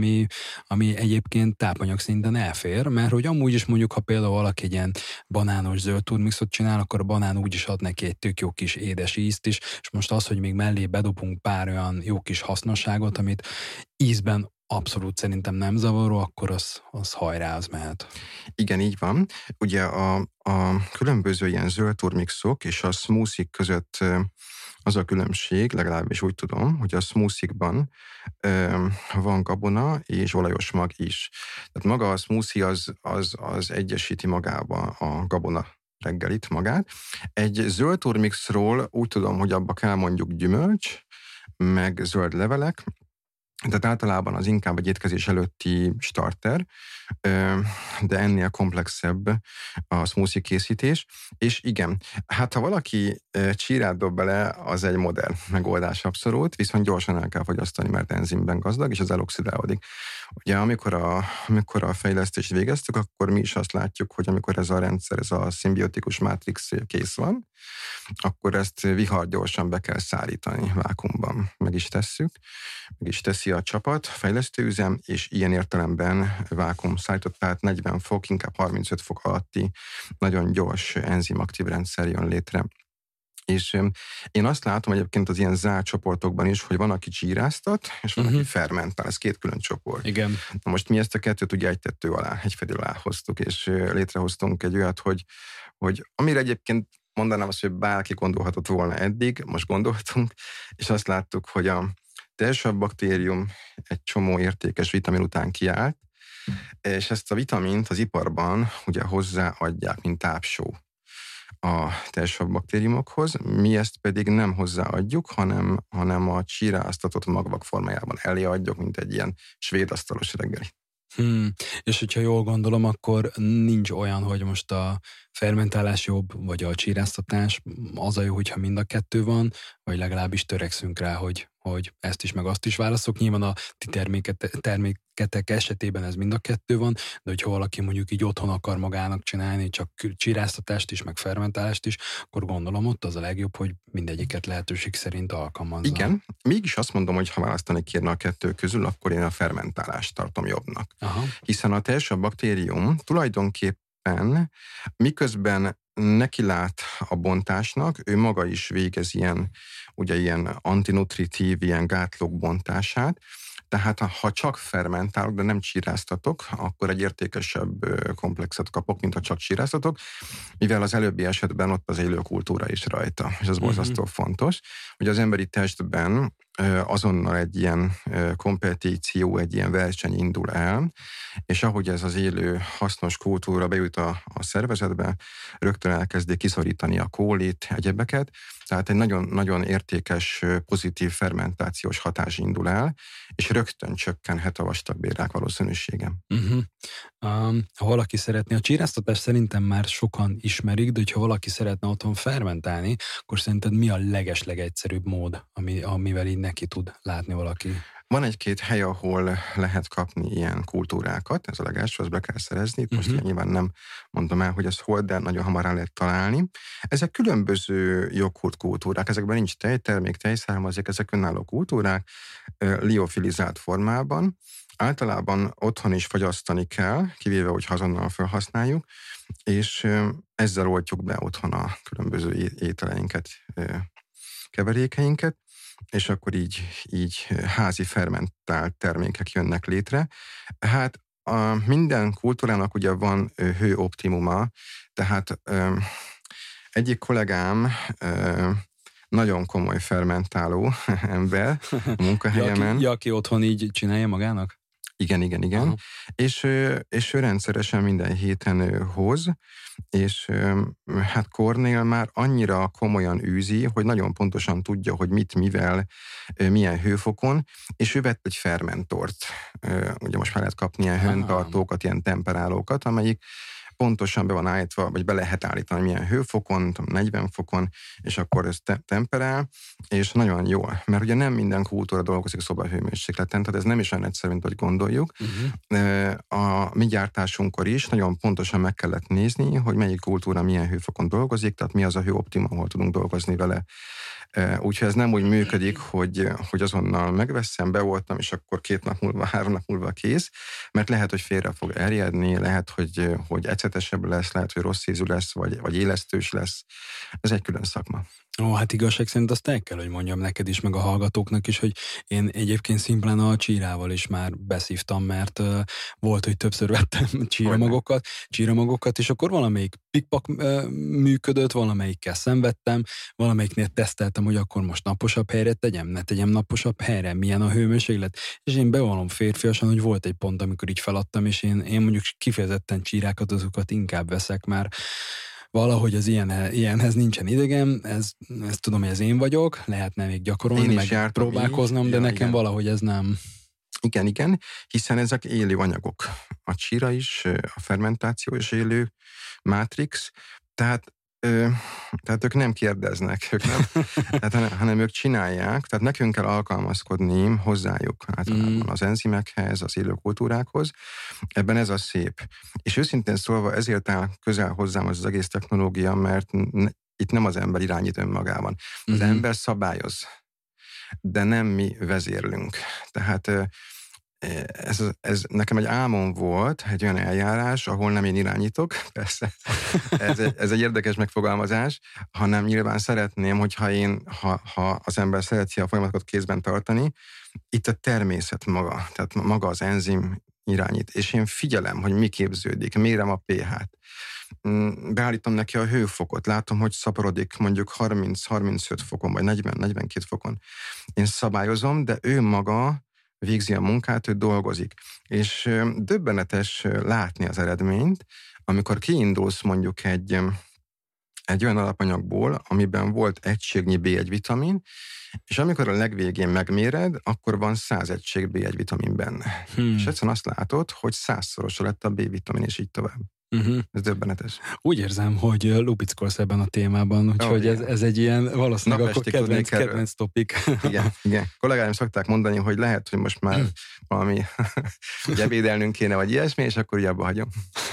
ami egyébként tápanyag szinten elfér, mert hogy amúgy is mondjuk, ha például valaki egy ilyen banános zöld turmixot csinál, akkor a banán úgy is ad neki egy tök jó kis édes ízt is, és most az, hogy még mellé bedobunk pár olyan jó kis hasznosságot, amit ízben abszolút szerintem nem zavaró, akkor az hajrá, az mehet. Igen, így van. Ugye a különböző ilyen zöld turmixok és a smoothie között az a különbség, legalábbis úgy tudom, hogy a smoothie-ban van gabona és olajos mag is. Tehát maga a smoothie az egyesíti magába a gabona reggelit magát. Egy zöld turmixról úgy tudom, hogy abba kell mondjuk gyümölcs, meg zöld levelek, tehát általában az inkább egy étkezés előtti starter, de ennél komplexebb a smoothie készítés. És igen, hát ha valaki csírát dob bele, az egy modern megoldás abszolút, viszont gyorsan el kell fogyasztani, mert enzimben gazdag, és az eloxidálódik. Ugye amikor a fejlesztést végeztük, akkor mi is azt látjuk, hogy amikor ez a rendszer, ez a szimbiotikus mátrix kész van, akkor ezt vihargyorsan be kell szárítani vákuumban. Meg is teszi a csapat, fejlesztőüzem, és ilyen értelemben vákuum szállított, tehát 40 fok, inkább 35 fok alatti nagyon gyors enzimaktív rendszer jön létre. És én azt látom egyébként az ilyen zárt csoportokban is, hogy van, aki csíráztat, és van, aki fermentál. Ez két külön csoport. Igen. Na most mi ezt a kettőt ugye egy tető alá, egy fedél alá hoztuk, és létrehoztunk egy olyat, hogy amire egyébként mondanám azt, hogy bárki gondolhatott volna eddig, most gondoltunk, és azt láttuk, hogy a teljesabb baktérium egy csomó értékes vitamin után kiállt, és ezt a vitamint az iparban ugye hozzáadják, mint tápsó a teljesabb baktériumokhoz, mi ezt pedig nem hozzáadjuk, hanem a csíráztatott magvak formájában elé adjuk, mint egy ilyen svéd asztalos reggeli. És hogyha jól gondolom, akkor nincs olyan, hogy most a fermentálás jobb, vagy a csíráztatás, az a jó, hogyha mind a kettő van, vagy legalábbis törekszünk rá, hogy ezt is, meg azt is válaszok. Nyilván a ti terméketek esetében ez mind a kettő van, de hogyha valaki mondjuk így otthon akar magának csinálni, csak csíráztatást is, meg fermentálást is, akkor gondolom ott az a legjobb, hogy mindegyiket lehetőség szerint alkalmazza. Igen, mégis azt mondom, hogy ha választani kérne a kettő közül, akkor én a fermentálást tartom jobbnak. Aha. Hiszen a teljesabb baktérium tulajdonképpen miközben neki lát a bontásnak, ő maga is végez ilyen antinutritív, ilyen gátlók bontását, tehát ha csak fermentálok, de nem csíráztatok, akkor egy értékesebb komplexet kapok, mint ha csak csíráztatok, mivel az előbbi esetben ott az élő kultúra is rajta, és az borzasztó fontos, hogy az emberi testben azonnal egy ilyen kompetíció, egy ilyen verseny indul el, és ahogy ez az élő, hasznos kultúra bejut a szervezetbe, rögtön elkezdi kiszorítani a kólit, egyebeket, tehát egy nagyon-nagyon értékes, pozitív fermentációs hatás indul el, és rögtön csökkenhet a vastagbélrák valószínűsége. Ha valaki szeretné, a csíráztatást szerintem már sokan ismerik, de ha valaki szeretne otthon fermentálni, akkor szerinted mi a legeslegegyszerűbb mód, amivel így neki tud látni valaki? Van egy-két hely, ahol lehet kapni ilyen kultúrákat, ez a legelső, azt be kell szerezni. Most nyilván nem mondom el, hogy ez hol, de nagyon hamar el lehet találni. Ezek különböző joghurt kultúrák, ezekben nincs tejtermék, tejszármazék, ezek önálló kultúrák, liofilizált formában. Általában otthon is fogyasztani kell, kivéve, hogy azonnal felhasználjuk, és ezzel oltjuk be otthon a különböző ételeinket, keverékeinket, és akkor így házi fermentált termékek jönnek létre. Hát minden kultúrának ugye van hőoptimuma, tehát egyik kollégám nagyon komoly fermentáló ember a munkahelyemen. Aki otthon így csinálja magának? Igen. És ő rendszeresen minden héten hoz, és hát Kornél már annyira komolyan űzi, hogy nagyon pontosan tudja, hogy mit, mivel, milyen hőfokon, és ő vett egy fermentort. Ugye most már lehet kapni ilyen hőntartókat, ilyen temperálókat, amelyik pontosan be van állítva, vagy be lehet állítani milyen hőfokon, 40 fokon, és akkor ez temperál, és nagyon jól. Mert ugye nem minden kultúra dolgozik szobahőmérsékleten, tehát ez nem is olyan egyszerű, mint ahogy gondoljuk. A mi gyártásunkkor is nagyon pontosan meg kellett nézni, hogy melyik kultúra milyen hőfokon dolgozik, tehát mi az a hőoptimum, ahol tudunk dolgozni vele. Úgyhogy ez nem úgy működik, hogy azonnal megveszem, beoltam, és akkor 2 nap múlva, 3 nap múlva kész, mert lehet, hogy félre fog erjedni, lehet, hogy ecetesebb lesz, lehet, hogy rossz ízű lesz, vagy élesztős lesz. Ez egy külön szakma. Ó, hát igazság szerint azt el kell, hogy mondjam neked is, meg a hallgatóknak is, hogy én egyébként szimplán a csírával is már beszívtam, mert volt, hogy többször vettem csíramagokat, és akkor valamelyik pikpak működött, valamelyikkel szenvedtem, valamelyiknél teszteltem, hogy akkor most naposabb helyre tegyem, ne tegyem naposabb helyre, milyen a hőmérséklet, és én bevallom férfiasan, hogy volt egy pont, amikor így feladtam, és én mondjuk kifejezetten csírákat, azokat inkább veszek már. Valahogy az ilyenhez nincsen idegem, ez tudom, hogy ez én vagyok, lehetne még gyakorolni, meg próbálkoznom, de nekem igen. Valahogy ez nem. Igen, hiszen ezek élő anyagok. A csíra is, a fermentáció is élő mátrix, tehát ők nem kérdeznek, hanem ők csinálják, tehát nekünk kell alkalmazkodni hozzájuk, általában az enzimekhez, az élő kultúrákhoz. Ebben ez a szép. És őszintén szólva ezért áll közel hozzám az egész technológia, mert itt nem az ember irányít önmagában. Az ember szabályoz, de nem mi vezérlünk. Tehát ez nekem egy álmom volt, egy olyan eljárás, ahol nem én irányítok, persze, ez egy érdekes megfogalmazás, hanem nyilván szeretném, hogyha ha az ember szereti a folyamatokat kézben tartani, itt a természet maga, tehát maga az enzim irányít, és én figyelem, hogy mi képződik, mérem a pH-t, beállítom neki a hőfokot, látom, hogy szaporodik mondjuk 30-35 fokon, vagy 40-42 fokon. Én szabályozom, de ő maga végzi a munkát, ő dolgozik. És döbbenetes látni az eredményt, amikor kiindulsz mondjuk egy olyan alapanyagból, amiben volt egységnyi B1 vitamin, és amikor a legvégén megméred, akkor van 100 egység B1 vitamin benne. És egyszerűen azt látod, hogy 100-szorosa lett a B-vitamin, és így tovább. Ez döbbenetes. Úgy érzem, hogy lupickolsz ebben a témában, úgyhogy ez egy ilyen valószínűleg akkor kedvenc topik. Igen. Kollégáim szokták mondani, hogy lehet, hogy most már valami ebédelnünk kéne, vagy ilyesmi, és akkor ugye abba hagyom.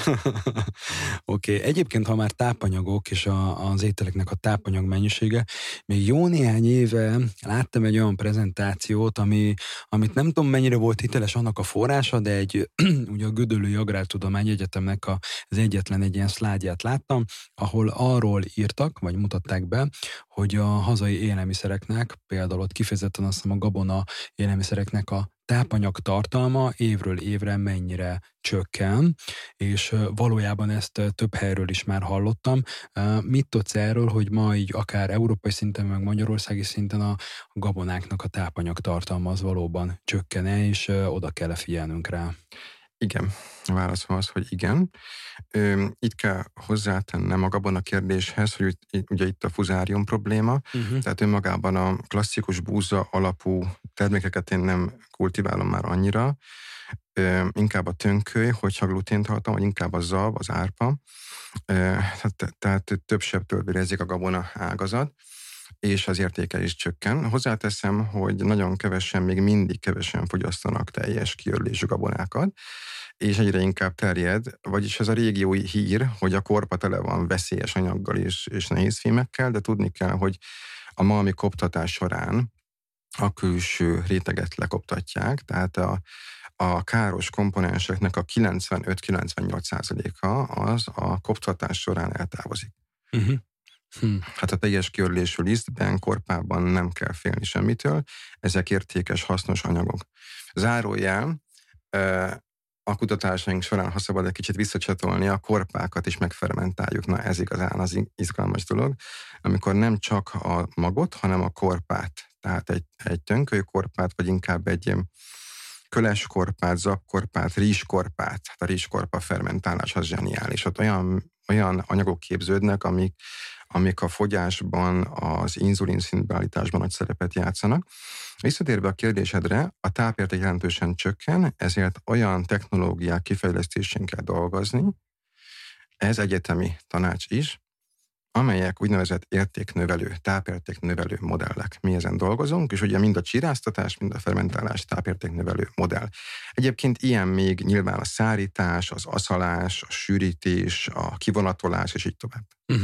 Oké. Egyébként, ha már tápanyagok és az ételeknek a tápanyag mennyisége, még jó néhány éve láttam egy olyan prezentációt, amit nem tudom mennyire volt hiteles annak a forrása, de ugye a Gödöllői Agrártudomány Egyetemnek ez egyetlen egy ilyen szlájdját láttam, ahol arról írtak, vagy mutatták be, hogy a hazai élelmiszereknek, például ott kifejezetten azt hiszem a gabona élelmiszereknek a tápanyag tartalma évről évre mennyire csökken, és valójában ezt több helyről is már hallottam. Mit tudsz erről, hogy ma így akár európai szinten, meg magyarországi szinten a gabonáknak a tápanyag tartalma az valóban csökken-e, és oda kell figyelnünk rá? Igen. A válaszom az, hogy igen. Itt kell hozzátennem a gabona kérdéshez, hogy ugye itt a fuzárium probléma, tehát önmagában a klasszikus búza alapú termékeket én nem kultiválom már annyira, inkább a tönköly, hogyha glutént tartom, vagy inkább a zav, az árpa, tehát több sebtől virezik a gabona ágazat, és az értéke is csökken. Hozzáteszem, hogy nagyon kevesen, még mindig kevesen fogyasztanak teljes kiörlésű gabonákat, és egyre inkább terjed, vagyis ez a régiói hír, hogy a korpa tele van veszélyes anyaggal és nehézfémekkel, de tudni kell, hogy a malmi koptatás során a külső réteget lekoptatják, tehát a káros komponenseknek a 95-98%-a az a koptatás során eltávozik. Hát a teljes kiörlésű lisztben, korpában nem kell félni semmitől, ezek értékes, hasznos anyagok. Zárójel, a kutatásaink során, ha szabad egy kicsit visszacsatolni, a korpákat is megfermentáljuk. Na ez igazán az izgalmas dolog, amikor nem csak a magot, hanem a korpát, tehát egy tönkölykorpát, vagy inkább egy köleskorpát, zabkorpát, rizskorpát. A rizskorpa fermentálás az zseniális. Ott olyan anyagok képződnek, amik a fogyásban, az inzulin szintbeállításban nagy szerepet játszanak. Visszatérve a kérdésedre, a tápérték jelentősen csökken, ezért olyan technológiák kifejlesztésén kell dolgozni, ez egyetemi tanács is, amelyek úgynevezett értéknövelő, tápértéknövelő modellek. Mi ezen dolgozunk, és ugye mind a csiráztatás, mind a fermentálás tápértéknövelő modell. Egyébként ilyen még nyilván a szárítás, az aszalás, a sűrítés, a kivonatolás, és így tovább.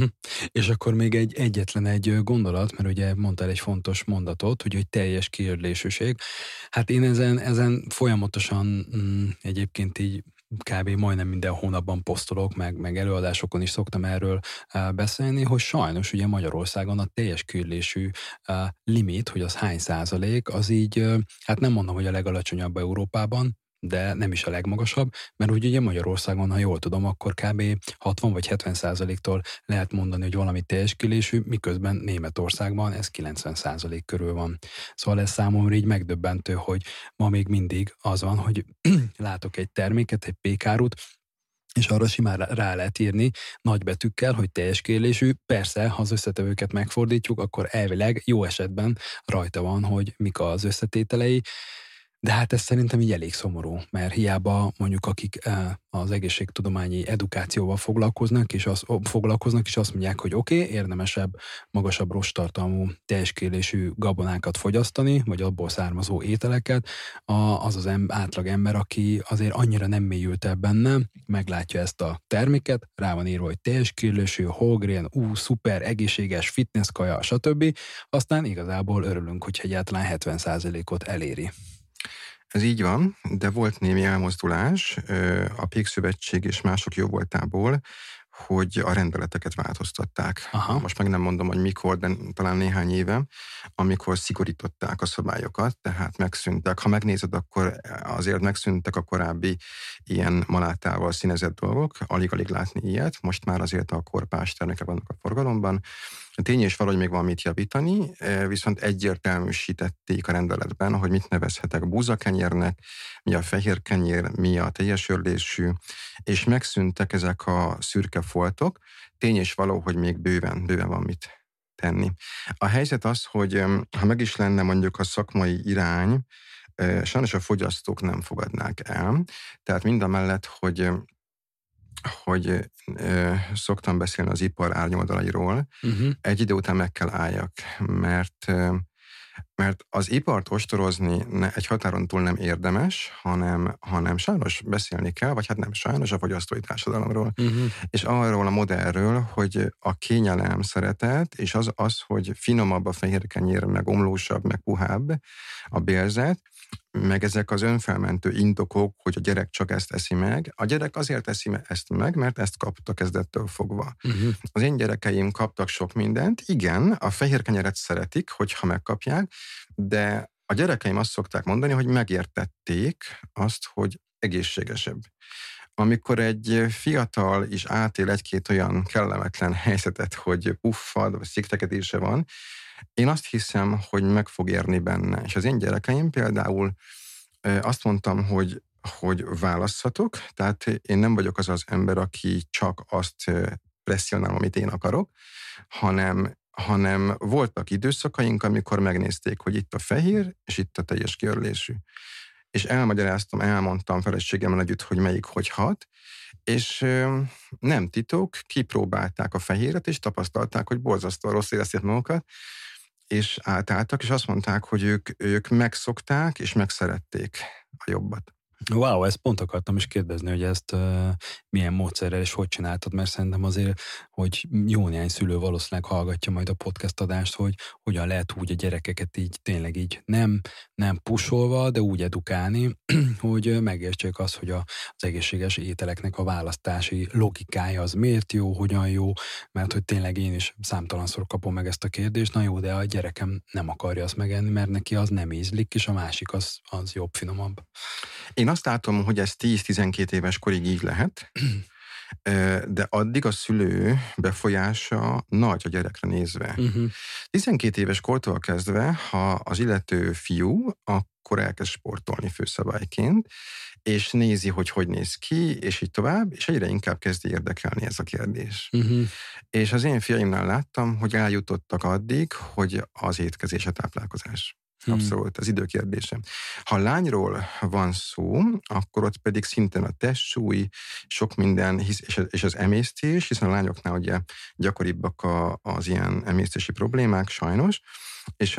És akkor még egyetlen egy gondolat, mert ugye mondtál egy fontos mondatot, hogy teljes kiörlésűség. Hát én ezen folyamatosan egyébként így kb. Majdnem minden hónapban posztolok, meg előadásokon is szoktam erről beszélni, hogy sajnos ugye Magyarországon a teljes kiörlésű limit, hogy az hány százalék, az így, hát nem mondom, hogy a legalacsonyabb Európában, de nem is a legmagasabb, mert úgy ugye Magyarországon, ha jól tudom, akkor kb. 60 vagy 70%-tól lehet mondani, hogy valami teljes kiörlésű, miközben Németországban ez 90% körül van. Szóval ez számomra így megdöbbentő, hogy ma még mindig az van, hogy látok egy terméket, egy pékárút, és arra simán rá lehet írni nagybetűkkel, hogy teljes kiörlésű. Persze, ha az összetevőket megfordítjuk, akkor elvileg jó esetben rajta van, hogy mik az összetételei, de hát ez szerintem így elég szomorú, mert hiába mondjuk akik az egészségtudományi edukációval foglalkoznak, és azt mondják, hogy oké, érdemesebb, magasabb rosttartalmú, teljes kiörlésű gabonákat fogyasztani, vagy abból származó ételeket, az átlag ember, aki azért annyira nem mélyült el benne, meglátja ezt a terméket, rá van írva, hogy teljes kiörlésű, whole grain, szuper, egészséges, fitnesskaja, stb. Aztán igazából örülünk, hogyha egyáltalán 70%-ot eléri. Ez így van, de volt némi elmozdulás a Pékszövetség és mások jóvoltából, hogy a rendeleteket változtatták. Aha. Most meg nem mondom, hogy mikor, de talán néhány éve, amikor szigorították a szabályokat, tehát megszűntek. Ha megnézed, akkor azért megszűntek a korábbi ilyen malátával színezett dolgok, alig-alig látni ilyet, most már azért a korpás termékek vannak a forgalomban. A tény és valahogy még van mit javítani, viszont egyértelműsítették a rendeletben, hogy mit nevezhetek búzakenyérnek, mi a fehér kenyér, mi a teljes örlésű, és megszűntek ezek a szürke foltok. Tény és való, hogy még bőven van mit tenni. A helyzet az, hogy ha meg is lenne mondjuk a szakmai irány, sajnos a fogyasztók nem fogadnák el. Tehát mindamellett, hogy szoktam beszélni az ipar árnyoldalairól, egy idő után meg kell álljak, mert az ipart ostorozni egy határon túl nem érdemes, hanem sajnos beszélni kell, vagy hát nem sajnos a fogyasztói társadalomról, és arról a modellről, hogy a kényelem, szeretet, és az, hogy finomabb a fehér kenyér, meg omlósabb, meg puhább a bérzet, meg ezek az önfelmentő indokok, hogy a gyerek csak ezt eszi meg. A gyerek azért eszi ezt meg, mert ezt kapta kezdettől fogva. Az én gyerekeim kaptak sok mindent. Igen, a fehér kenyeret szeretik, hogyha megkapják, de a gyerekeim azt szokták mondani, hogy megértették azt, hogy egészségesebb. Amikor egy fiatal is átél egy-két olyan kellemetlen helyzetet, hogy puffad, vagy sziktekedése van, én azt hiszem, hogy meg fog érni benne. És az én gyerekeim például azt mondtam, hogy válasszatok, tehát én nem vagyok az az ember, aki csak azt presszionál, amit én akarok, hanem voltak időszakaink, amikor megnézték, hogy itt a fehér, és itt a teljes kiörlésű. És elmondtam feleségemmel együtt, hogy melyik hogy hat, és nem titok, kipróbálták a fehéret, és tapasztalták, hogy borzasztóan rossz érezték magukat, és átálltak, és azt mondták, hogy ők megszokták, és megszerették a jobbat. Wow, ezt pont akartam is kérdezni, hogy ezt milyen módszerrel és hogy csináltad, mert szerintem azért, hogy jó néhány szülő valószínűleg hallgatja majd a podcast adást, hogy hogyan lehet úgy a gyerekeket így tényleg így nem pusolva, de úgy edukálni, hogy megértsék azt, hogy az egészséges ételeknek a választási logikája az miért jó, hogyan jó, mert hogy tényleg én is számtalanszor kapom meg ezt a kérdést, na jó, de a gyerekem nem akarja azt megenni, mert neki az nem ízlik, és a másik az jobb, finomabb. Én azt látom, hogy ez 10-12 éves korig így lehet, de addig a szülő befolyása nagy a gyerekre nézve. 12 éves kortól kezdve, ha az illető fiú, akkor elkezd sportolni főszabályként, és nézi, hogy néz ki, és így tovább, és egyre inkább kezdi érdekelni ez a kérdés. És az én fiaimnál láttam, hogy eljutottak addig, hogy az étkezés a táplálkozás. Abszolút, az időkérdése. Ha lányról van szó, akkor ott pedig szintén a testsúly, sok minden, és az emésztés, hiszen a lányoknál ugye gyakoribbak az ilyen emésztési problémák, sajnos, és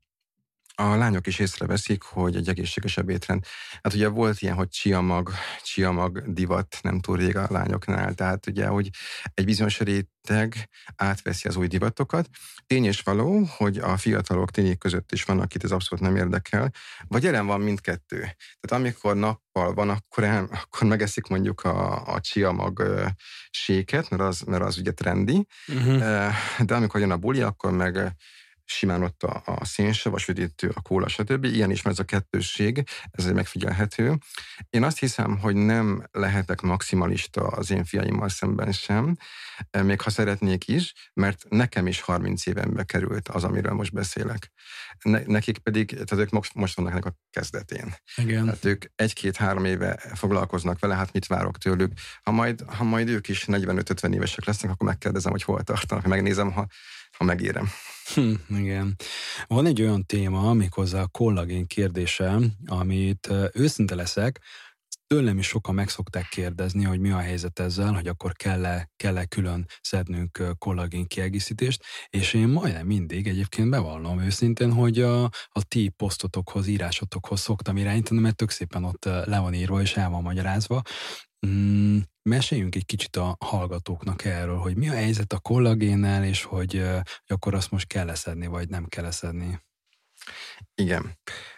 a lányok is észreveszik, hogy egy egészségesebb étrend. Hát ugye volt ilyen, hogy csiamag divat nem túl rég a lányoknál, tehát ugye, hogy egy bizonyos réteg átveszi az új divatokat. Tény és való, hogy a fiatalok tények között is van, akit ez abszolút nem érdekel, vagy jelen van mindkettő. Tehát amikor nappal van, akkor megeszik mondjuk a csiamag séket, mert az ugye trendi, de amikor jön a buli, akkor meg simán ott a szénsav, a sütítő, a kóla, stb. Ilyen is, mert ez a kettősség, ez megfigyelhető. Én azt hiszem, hogy nem lehetek maximalista az én fiaimmal szemben sem, még ha szeretnék is, mert nekem is 30 évenbe került az, amiről most beszélek. Nekik pedig, tehát ők most vannak ennek a kezdetén. Igen. Tehát ők 1-2-3 éve foglalkoznak vele, hát mit várok tőlük. Ha majd ők is 45-50 évesek lesznek, akkor megkérdezem, hogy hol tartanak, megnézem, ha megérem. Igen. Van egy olyan téma, méghozzá a kollagén kérdése, amit őszinte leszek, tőlem is sokan meg szokták kérdezni, hogy mi a helyzet ezzel, hogy akkor kell-e külön szednünk kollagén kiegészítést, és én majdnem mindig egyébként bevallom őszintén, hogy a ti posztotokhoz, írásotokhoz szoktam irányítani, mert tök szépen ott le van írva és el van magyarázva. Meséljünk egy kicsit a hallgatóknak erről, hogy mi a helyzet a kollagénnel, és hogy akkor azt most kell leszedni, vagy nem kell leszedni. Igen.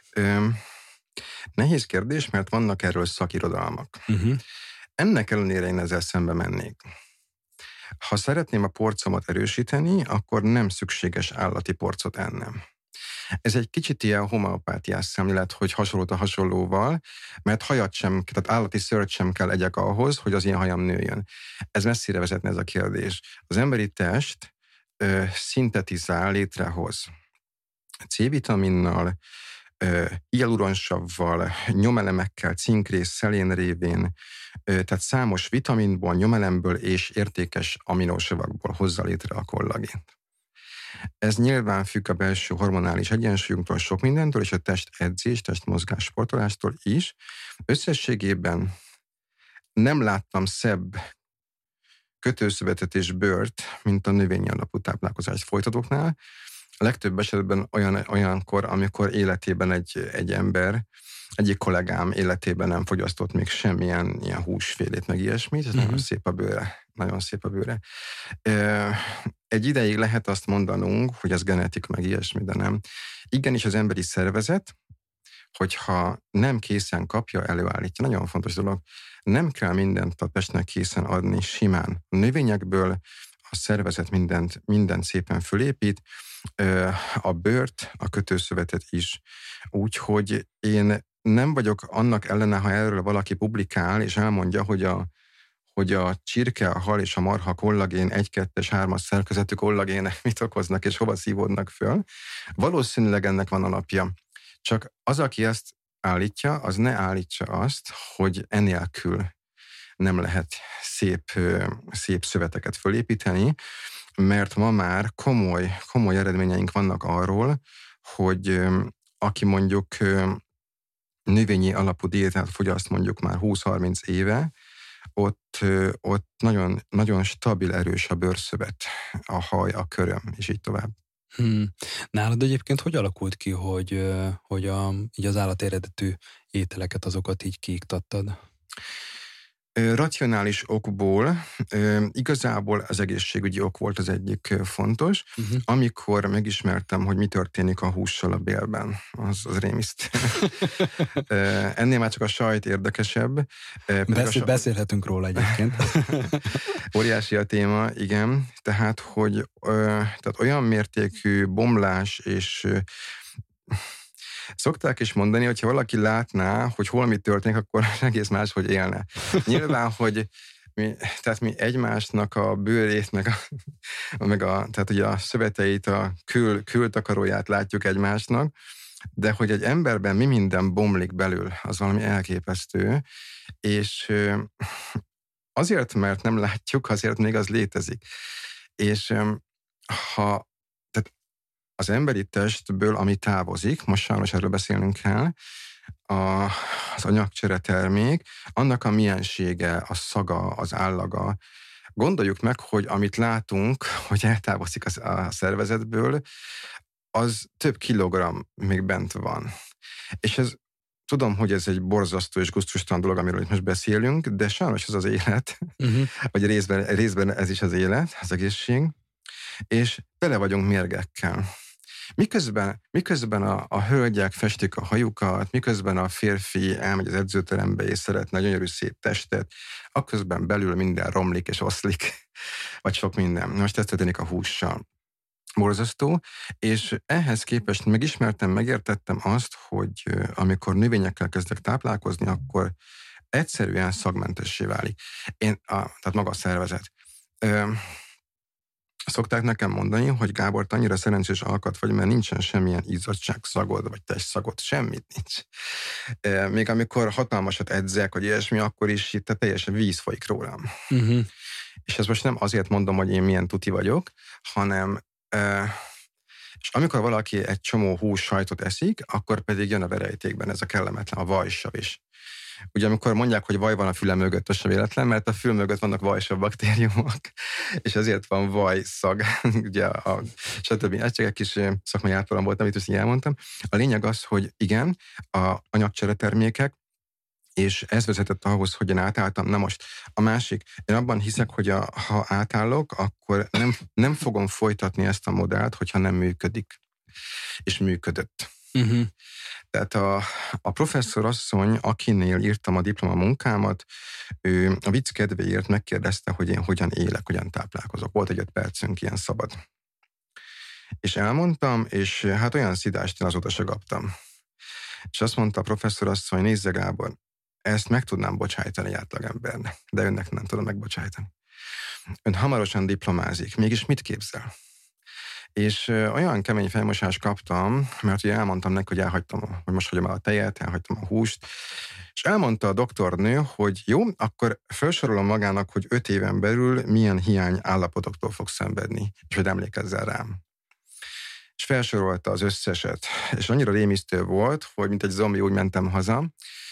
Nehéz kérdés, mert vannak erről szakirodalmak. Ennek ellenére én ezzel szembe mennék. Ha szeretném a porcomat erősíteni, akkor nem szükséges állati porcot ennem. Ez egy kicsit ilyen homeopátiás szemlélet, hogy hasonlót a hasonlóval, mert hajat sem, tehát állati szőrt sem kell egyek ahhoz, hogy az én hajam nőjön. Ez messzire vezetne ez a kérdés. Az emberi test szintetizál, létrehoz C-vitaminnal, hialuronsavval, nyomelemekkel, cinkrész, szelén révén, tehát számos vitaminból, nyomelemből és értékes aminósavakból hozza létre a kollagént. Ez nyilván függ a belső hormonális egyensúlyunktól, sok mindentől, és a testedzés, testmozgás, sportolástól is. Összességében nem láttam szebb kötőszövetet és bőrt, mint a növényi alapú táplálkozást folytatóknál. A legtöbb esetben olyankor, amikor életében egy ember, egyik kollégám életében nem fogyasztott még semmilyen ilyen húsfélét, meg ilyesmit, ez nagyon szép a bőre. Nagyon szép a bőre. Egy ideig lehet azt mondanunk, hogy ez genetika, meg ilyesmi, de nem. Igenis az emberi szervezet, hogyha nem készen kapja, előállítja. Nagyon fontos dolog. Nem kell mindent a testnek készen adni simán. A növényekből a szervezet mindent szépen fölépít, a bőrt, a kötőszövetet is. Úgyhogy én nem vagyok annak ellene, ha erről valaki publikál, és elmondja, hogy a csirke, a hal és a marha kollagén 1, 2, 3 szerkezetű kollagének mit okoznak, és hova szívódnak föl. Valószínűleg ennek van alapja. Csak az, aki ezt állítja, az ne állítsa azt, hogy enélkül nem lehet szép szöveteket fölépíteni, mert ma már komoly eredményeink vannak arról, hogy aki mondjuk növényi alapú diétát fogyaszt mondjuk már 20-30 éve, ott nagyon, nagyon stabil, erős a bőrszövet, a haj, a köröm, és így tovább. Nálad egyébként hogy alakult ki, hogy így az állat eredetű ételeket, azokat így kiiktattad? Racionális okból, igazából az egészségügyi ok volt az egyik fontos. Amikor megismertem, hogy mi történik a hússal a bélben, az rémisztő. Ennél már csak a sajt érdekesebb. Beszélhetünk róla egyébként. Óriási a téma, igen. Tehát, tehát olyan mértékű bomlás és szokták is mondani, hogyha valaki látná, hogy hol mi történik, akkor egész máshogy élne. Nyilván, hogy mi egymásnak a bőrét, tehát ugye a szöveteit, a kültakaróját látjuk egymásnak, de hogy egy emberben mi minden bomlik belül, az valami elképesztő, és azért, mert nem látjuk, azért még az létezik. És az emberi testből, ami távozik, most sajnos erről beszélnünk kell, az anyagcsere termék, annak a miensége, a szaga, az állaga. Gondoljuk meg, hogy amit látunk, hogy eltávozik a szervezetből, az több kilogramm még bent van. És tudom, hogy ez egy borzasztó és gusztustalan dolog, amiről itt most beszélünk, de sajnos ez az élet, vagy részben ez is az élet, az egészség, és tele vagyunk mérgekkel. Miközben a hölgyek festik a hajukat, miközben a férfi elmegy az edzőterembe és szeretne gyönyörű szép testet, akközben belül minden romlik és oszlik, vagy sok minden. Most ez történik a hússal. Borzasztó, és ehhez képest megértettem azt, hogy amikor növényekkel kezdek táplálkozni, akkor egyszerűen szagmentessé válik. Tehát maga a szervezet. Szokták nekem mondani, hogy Gábor, annyira szerencsés alkat vagy, mert nincsen semmilyen izzadságszagod, vagy testszagod, semmit nincs. Még amikor hatalmasat edzek, vagy ilyesmi, akkor is itt teljesen víz folyik rólam. És ezt most nem azért mondom, hogy én milyen tuti vagyok, hanem és amikor valaki egy csomó hús sajtot eszik, akkor pedig jön a verejtékben ez a kellemetlen, a vajsav is. Ugye amikor mondják, hogy vaj van a füle mögött, az sem véletlen, mert a fül mögött vannak vajsav baktériumok, és ezért van vajszag, ugye stb. Ez csak egy kis szakmai átvalam volt, amit ezt így elmondtam. A lényeg az, hogy igen, a anyagcsere termékek, és ez vezetett ahhoz, hogy én átálltam. Na most, a másik, én abban hiszek, hogy ha átállok, akkor nem fogom folytatni ezt a modellt, hogyha nem működik. És működött. Tehát a professzor asszony, akinél írtam a diplomamunkámat, ő a vicc kedvéért megkérdezte, hogy én hogyan élek, hogyan táplálkozok. Volt egy 5 percünk ilyen szabad. És elmondtam, és hát olyan szidást én azóta se kaptam. És azt mondta a professzor asszony, nézze Gábor, ezt meg tudnám bocsájtani átlagembernek, de önnek nem tudom megbocsájtani. Ön hamarosan diplomázik, mégis mit képzel? És olyan kemény fejmosást kaptam, mert ugye elmondtam neki, hogy hogy most hagyom el a tejet, elhagytam a húst, és elmondta a doktornő, hogy jó, akkor felsorolom magának, hogy 5 éven belül milyen hiány állapotoktól fog szenvedni, és hogy emlékezzel rám. És felsorolta az összeset, és annyira rémisztő volt, hogy mint egy zombi úgy mentem haza,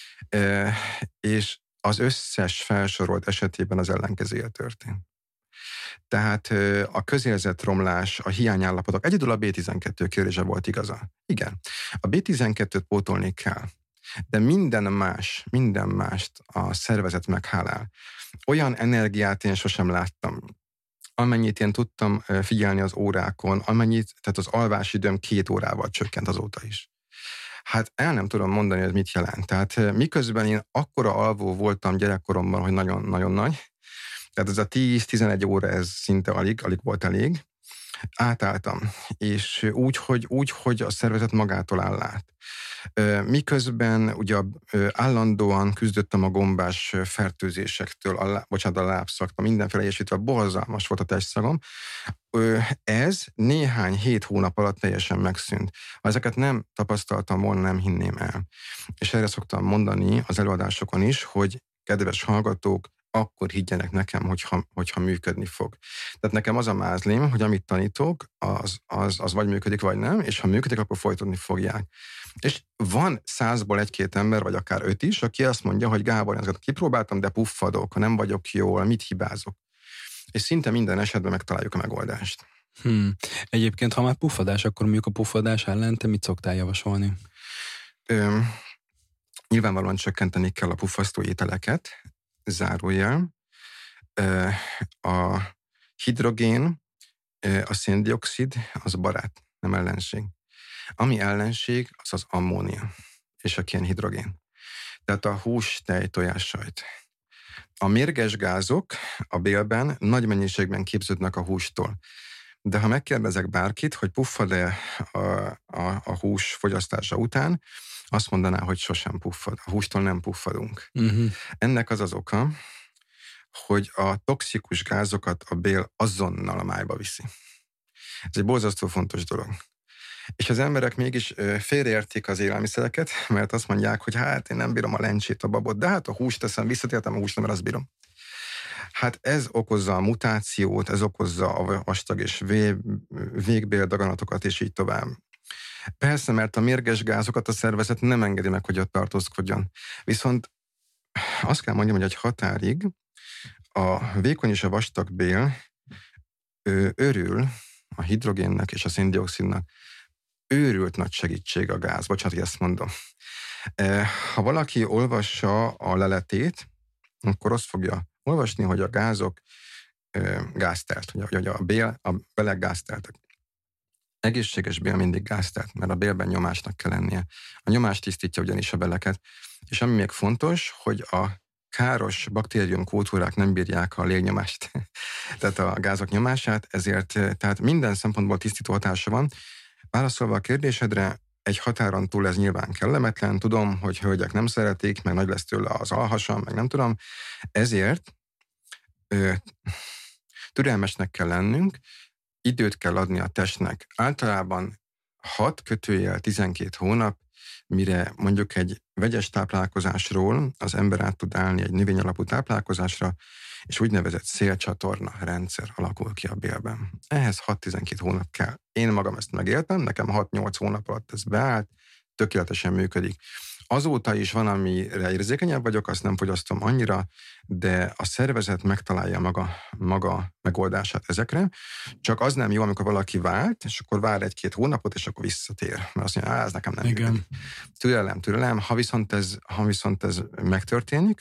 és az összes felsorolt esetében az ellenkezője történt. Tehát a közérzetromlás, a hiányállapotok, egyedül a B12 kérdése volt igaza. Igen, a B12-t pótolni kell, de minden mást a szervezet meghálál. Olyan energiát én sosem láttam, amennyit én tudtam figyelni az órákon, tehát az alvási időm 2 órával csökkent azóta is. Hát el nem tudom mondani, hogy mit jelent. Tehát miközben én akkora alvó voltam gyerekkoromban, hogy nagyon-nagyon nagy, tehát ez a 10-11 óra, ez szinte alig volt elég, átálltam, és úgy, hogy a szervezet magától áll át. Miközben ugye állandóan küzdöttem a gombás fertőzésektől, a lábszaktól, mindenféle ilyesmitől, borzalmas volt a testszagom. Ez néhány hónap alatt teljesen megszűnt. Ha ezeket nem tapasztaltam volna, nem hinném el. És erre szoktam mondani az előadásokon is, hogy kedves hallgatók, akkor higgyenek nekem, hogyha működni fog. Tehát nekem az a mázlim, hogy amit tanítok, az vagy működik, vagy nem, és ha működik, akkor folytatni fogják. És van 100-ból 1-2 ember, vagy akár 5 is, aki azt mondja, hogy Gábor, ezeket kipróbáltam, de puffadok, ha nem vagyok jól, mit hibázok. És szinte minden esetben megtaláljuk a megoldást. Egyébként, ha már puffadás, akkor mondjuk a puffadás ellen te mit szoktál javasolni? Nyilvánvalóan csökkenteni kell a puffasztó ételeket, zárójel. A hidrogén, a széndioxid, az barát, nem ellenség. Ami ellenség, az az ammónia és a kénhidrogén. Tehát a hús, tej, tojás, sajt. A mérges gázok a bélben nagy mennyiségben képződnek a hústól. De ha megkérdezek bárkit, hogy puffad-e a hús fogyasztása után, azt mondaná, hogy sosem puffad. A hústól nem puffadunk. Ennek az az oka, hogy a toxikus gázokat a bél azonnal a májba viszi. Ez egy borzasztó fontos dolog. És az emberek mégis félreértik az élelmiszereket, mert azt mondják, hogy hát én nem bírom a lencsét, a babot, de hát a húst teszem, visszatértem a húst, mert azt bírom. Hát ez okozza a mutációt, ez okozza a vastag és végbéldaganatokat, és így tovább. Persze, mert a mérges gázokat a szervezet nem engedi meg, hogy ott tartózkodjon. Viszont azt kell mondjam, hogy egy határig a vékony és a vastag bél örül a hidrogénnek és a széndioxidnak. Őrült nagy segítség a gáz. Bocsánat, hogy ezt mondom. Ha valaki olvassa a leletét, akkor azt fogja olvasni, hogy a gázok gáztelt, hogy a belek gázteltek. Egészséges bél mindig gáztelt, mert a bélben nyomásnak kell lennie. A nyomás tisztítja ugyanis a beleket. És ami még fontos, hogy a káros baktérium kultúrák nem bírják a légnyomást, tehát a gázok nyomását, ezért tehát minden szempontból tisztító hatása van. Válaszolva a kérdésedre, egy határon túl ez nyilván kellemetlen, tudom, hogy hölgyek nem szeretik, meg nagy lesz tőle az alhasam, meg nem tudom, ezért türelmesnek kell lennünk, időt kell adni a testnek. Általában 6-12 hónap, mire mondjuk egy vegyes táplálkozásról az ember át tud állni egy növényalapú táplálkozásra, és úgynevezett szélcsatorna rendszer alakul ki a bélben. Ehhez 6-12 hónap kell. Én magam ezt megéltem, nekem 6-8 hónap alatt ez beállt, tökéletesen működik. Azóta is van, amire érzékenyebb vagyok, azt nem fogyasztom annyira, de a szervezet megtalálja maga megoldását ezekre. Csak az nem jó, amikor valaki vált, és akkor vár 1-2 hónapot, és akkor visszatér. Mert azt mondja, ez nekem nem működik. Türelem. Ha viszont ez megtörténik,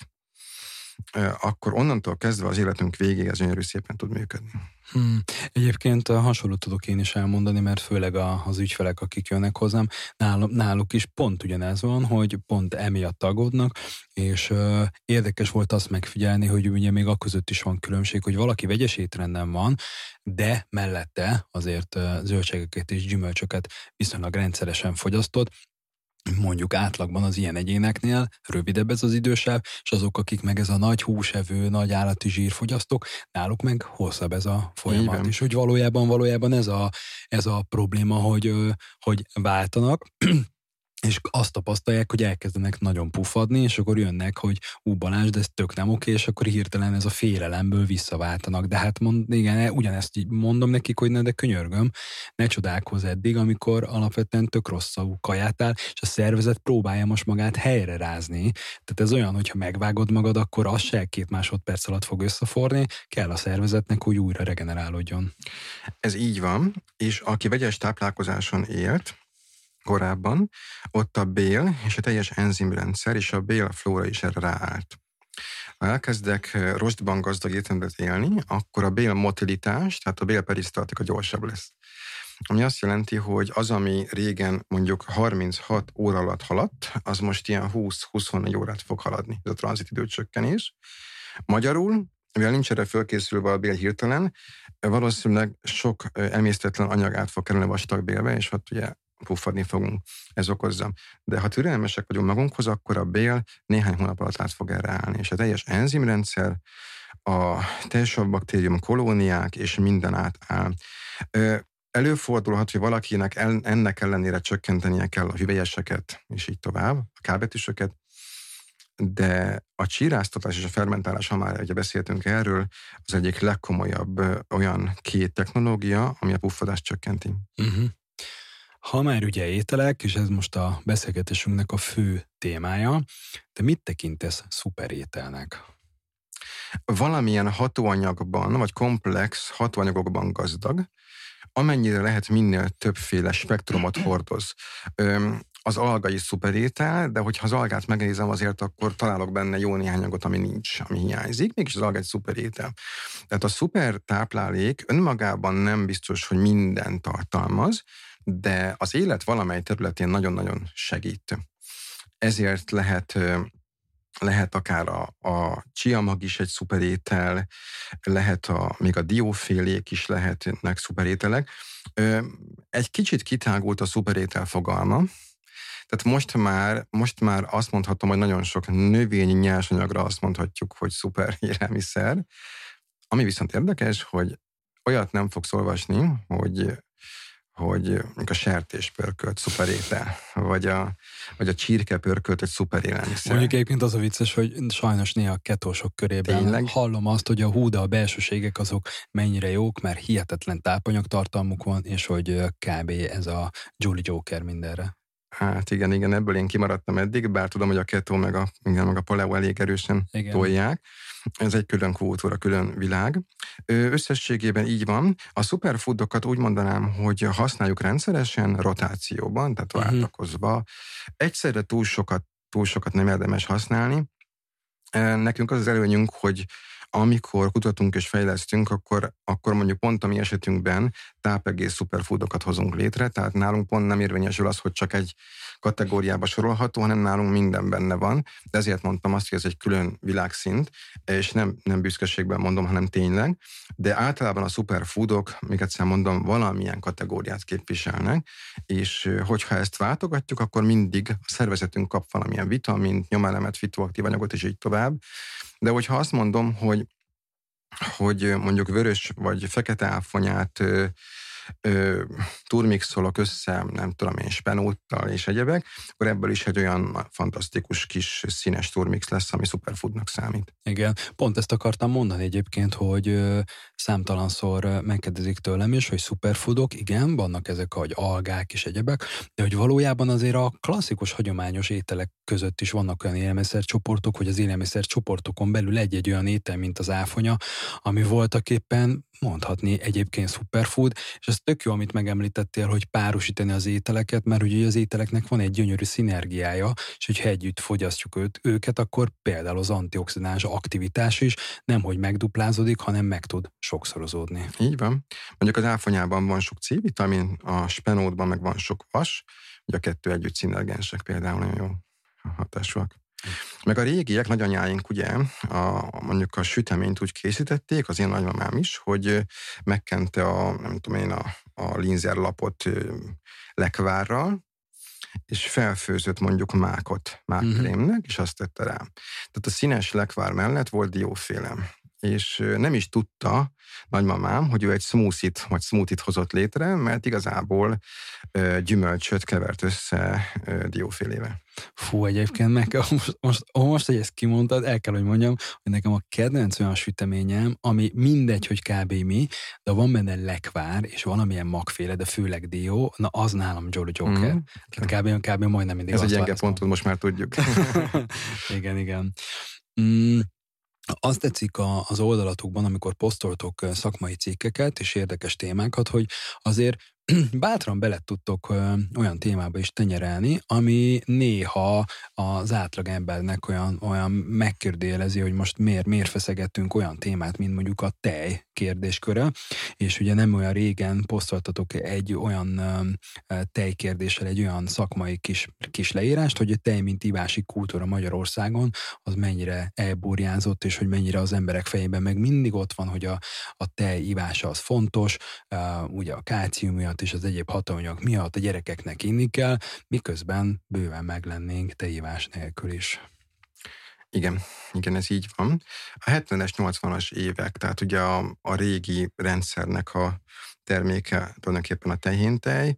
akkor onnantól kezdve az életünk végéig ez gyönyörű szépen tud működni. Egyébként hasonlót tudok én is elmondani, mert főleg az ügyfelek, akik jönnek hozzám, náluk is pont ugyanez van, hogy pont emiatt aggódnak, és érdekes volt azt megfigyelni, hogy ugye még a között is van különbség, hogy valaki vegyes étrenden van, de mellette azért zöldségeket és gyümölcsöket viszonylag rendszeresen fogyasztott, mondjuk átlagban az ilyen egyéneknél rövidebb ez az idősáv, és azok, akik meg ez a nagy húsevő, nagy állati zsírfogyasztók, náluk meg hosszabb ez a folyamat. Igen. És hogy valójában ez a probléma, hogy váltanak, és azt tapasztalják, hogy elkezdenek nagyon puffadni, és akkor jönnek, hogy Balázs, de ez tök nem oké, és akkor hirtelen ez a félelemből visszaváltanak. De hát igen, ugyanezt így mondom nekik, hogy ne, de könyörgöm, ne csodálkozz eddig, amikor alapvetően tök rosszul kajátál, és a szervezet próbálja most magát helyre rázni. Tehát ez olyan, hogyha megvágod magad, akkor az se 2 másodperc alatt fog összeforni, kell a szervezetnek, hogy újra regenerálódjon. Ez így van, és aki vegyes táplálkozáson élt, korábban, ott a bél és a teljes enzimrendszer és a bélflóra is erre ráállt. Ha elkezdek rostban gazdag étrendet élni, akkor a bélmotilitás, tehát a bélperisztaltika gyorsabb lesz. ami azt jelenti, hogy az, ami régen mondjuk 36 óra alatt haladt, az most ilyen 20-24 órát fog haladni, ez a tranzit időcsökkenés. Magyarul, mivel nincs erre fölkészülve a bél hirtelen, valószínűleg sok emésztetlen anyag át fog kerülni a vastagbélbe, és ott ugye puffadni fogunk, ez okozza. De ha türelmesek vagyunk magunkhoz, akkor a bél néhány hónap alatt át fog erre állni, és a teljes enzimrendszer, a teljes baktérium kolóniák és minden átáll. Előfordulhat, hogy valakinek ennek ellenére csökkentenie kell a hüvelyeseket, és így tovább, a kábetűsöket, de a csíráztatás és a fermentálás, ha már ugye beszéltünk erről, az egyik legkomolyabb olyan két technológia, ami a puffadást csökkenti. Uh-huh. Ha már ugye ételek, és ez most a beszélgetésünknek a fő témája, de mit tekintesz szuperételnek? Valamilyen hatóanyagban, vagy komplex hatóanyagokban gazdag, amennyire lehet minél többféle spektrumot hordoz. Az alga is szuperétel, de hogyha az algát megnézem azért, akkor találok benne jó néhány anyagot, ami nincs, ami hiányzik, mégis az alga egy szuperétel. Tehát a szuper táplálék önmagában nem biztos, hogy mindent tartalmaz, de az élet valamely területén nagyon-nagyon segít. Ezért lehet akár a csiamag is egy szuperétel, lehet még a diófélék is lehetnek szuperételek. Egy kicsit kitágult a szuperétel fogalma, tehát most már azt mondhatom, hogy nagyon sok növényi nyersanyagra azt mondhatjuk, hogy szuper élelmiszer. Ami viszont érdekes, hogy olyat nem fogsz olvasni, hogy a sertéspörkölt szuperétel, vagy a csirkepörkölt egy szuper élelmiszer. Mondjuk egyébként az a vicces, hogy sajnos néha a ketósok körében tényleg? Hallom azt, hogy a belsőségek azok mennyire jók, mert hihetetlen tápanyagtartalmuk van, és hogy kb. Ez a Jolly Joker mindenre. Hát igen, ebből én kimaradtam eddig, bár tudom, hogy a keto meg a paleo elég erősen tolják. Ez egy külön kultúra, külön világ. Összességében így van. A superfoodokat úgy mondanám, hogy használjuk rendszeresen, rotációban, tehát váltakozva. Egyszerre túl sokat nem érdemes használni. Nekünk az előnyünk, hogy amikor kutatunk és fejlesztünk, akkor mondjuk pont a mi esetünkben tápegész szuperfoodokat hozunk létre, tehát nálunk pont nem érvényesül az, hogy csak egy kategóriába sorolható, hanem nálunk minden benne van. De ezért mondtam azt, hogy ez egy külön világszint, és nem büszkeségben mondom, hanem tényleg. De általában a szuperfoodok, még egyszer mondom, valamilyen kategóriát képviselnek, és hogyha ezt váltogatjuk, akkor mindig a szervezetünk kap valamilyen vitamint, nyomelemet, fitoaktív anyagot, és így tovább. De hogyha azt mondom, hogy mondjuk vörös vagy fekete áfonyát turmixolok össze, nem tudom én, spenóttal és egyebek, akkor ebből is egy olyan fantasztikus kis színes turmix lesz, ami superfoodnak számít. Igen, pont ezt akartam mondani egyébként, hogy számtalanszor megkérdezik tőlem is, hogy superfoodok, igen, vannak ezek, hogy algák és egyebek, de hogy valójában azért a klasszikus, hagyományos ételek között is vannak olyan élelmiszercsoportok, hogy az élelmiszercsoportokon belül egy-egy olyan étel, mint az áfonya, ami voltaképpen mondhatni egyébként superfood, és ez tök jó, amit megemlítettél, hogy párosítani az ételeket, mert ugye az ételeknek van egy gyönyörű szinergiája, és hogyha együtt fogyasztjuk őket, akkor például az antioxidáns aktivitás is nemhogy megduplázódik, hanem meg tud sokszorozódni. Így van. Mondjuk az áfonyában van sok C-vitamin, a spenótban meg van sok vas, ugye a kettő együtt szinergensek például nagyon jó hatásúak. Meg a régiek, nagyanyáink ugye, mondjuk a süteményt úgy készítették, az én nagymamám is, hogy megkente a linzerlapot lekvárral, és felfőzött mondjuk mákkrémnek, és azt tette rá. Tehát a színes lekvár mellett volt dióféle. És nem is tudta nagymamám, hogy ő egy smoothie-t hozott létre, mert igazából gyümölcsöt kevert össze diófélével. Fú, egyébként most, hogy ezt kimondtad, el kell, hogy mondjam, hogy nekem a kedvenc olyan süteményem, ami mindegy, hogy kb. Mi, de van benne lekvár, és valamilyen magféle, de főleg dió, na az nálam Jolly Joker. Kb. Majdnem mindig. Ez egy gyenge pontot, most már tudjuk. Igen. Azt tetszik az oldalatokban, amikor posztoltok szakmai cikkeket és érdekes témákat, hogy azért bátran bele tudtok olyan témába is tenyerelni, ami néha az átlagembernek olyan megkérdőjelezi, hogy most miért feszegettünk olyan témát, mint mondjuk a tej kérdésköre, és ugye nem olyan régen posztoltatok egy olyan tejkérdéssel egy olyan szakmai kis leírást, hogy a tej mint ivási kultúra Magyarországon az mennyire elburjánzott, és hogy mennyire az emberek fejében meg mindig ott van, hogy a tej ivása az fontos, ugye a kálcium miatt és az egyéb hatóanyag miatt a gyerekeknek inni kell, miközben bőven meglennénk tejivás nélkül is. Igen, ez így van. A 70-es, 80-as évek, tehát ugye a régi rendszernek a terméke tulajdonképpen a tehéntej.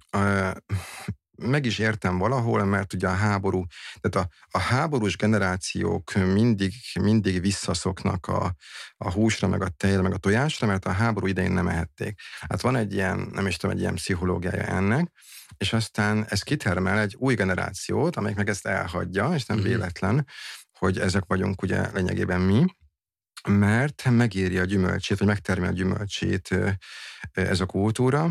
Meg is értem valahol, mert ugye a háború, tehát a háborús generációk mindig visszaszoknak a húsra, meg a tejre, meg a tojásra, mert a háború idején nem ehették. Hát van egy ilyen, nem is tudom, egy ilyen pszichológiája ennek, és aztán ez kitermel egy új generációt, amelyik meg ezt elhagyja, és nem véletlen, hogy ezek vagyunk ugye lényegében mi, mert megéri a gyümölcsét, vagy megtermel a gyümölcsét ez a kultúra.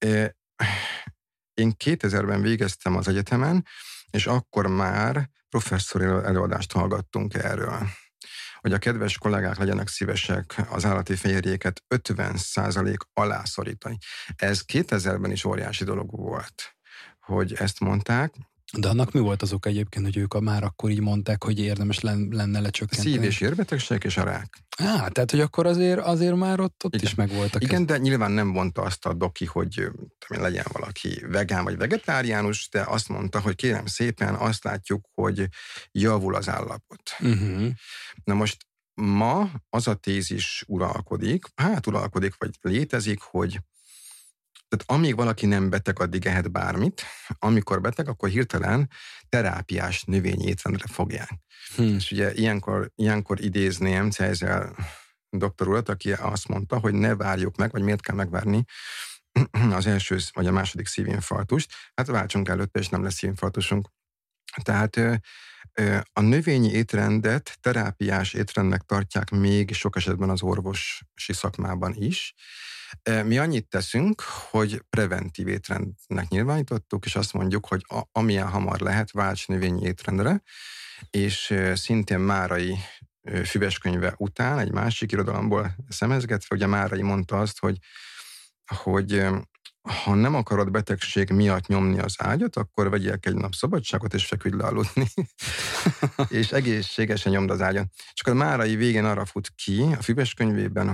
Én 2000-ben végeztem az egyetemen, és akkor már professzori előadást hallgattunk erről. Hogy a kedves kollégák legyenek szívesek az állati fehérjéket 50% alá szorítani. Ez 2000-ben is óriási dolog volt, hogy ezt mondták. De annak mi volt az oka egyébként, hogy ők már akkor így mondták, hogy érdemes lenne lecsökkenteni? Szív- és érbetegség és a rák. Tehát, hogy akkor azért már ott is megvoltak. Igen, de nyilván nem mondta azt a doki, hogy legyen valaki vegán vagy vegetáriánus, de azt mondta, hogy kérem szépen, azt látjuk, hogy javul az állapot. Na most ma az a tézis uralkodik, vagy létezik, hogy tehát amíg valaki nem beteg, addig ehet bármit, amikor beteg, akkor hirtelen terápiás növényi étrendre fogják. És ugye ilyenkor idézném Cejzel doktor urat, aki azt mondta, hogy ne várjuk meg, vagy miért kell megvárni az első vagy a második szívinfarktust. Hát váltsunk előtte, és nem lesz szívinfarktusunk. Tehát a növényi étrendet terápiás étrendnek tartják még sok esetben az orvosi szakmában is. Mi annyit teszünk, hogy preventív étrendnek nyilvánítottuk, és azt mondjuk, hogy amilyen hamar lehet, válts növényi étrendre, és szintén Márai füveskönyve után, egy másik irodalomból szemezgetve, ugye Márai mondta azt, hogy ha nem akarod betegség miatt nyomni az ágyat, akkor vegyél egy nap szabadságot, és feküdj le aludni. És egészségesen nyomd az ágyat. És akkor Márai végén arra fut ki a füveskönyvében,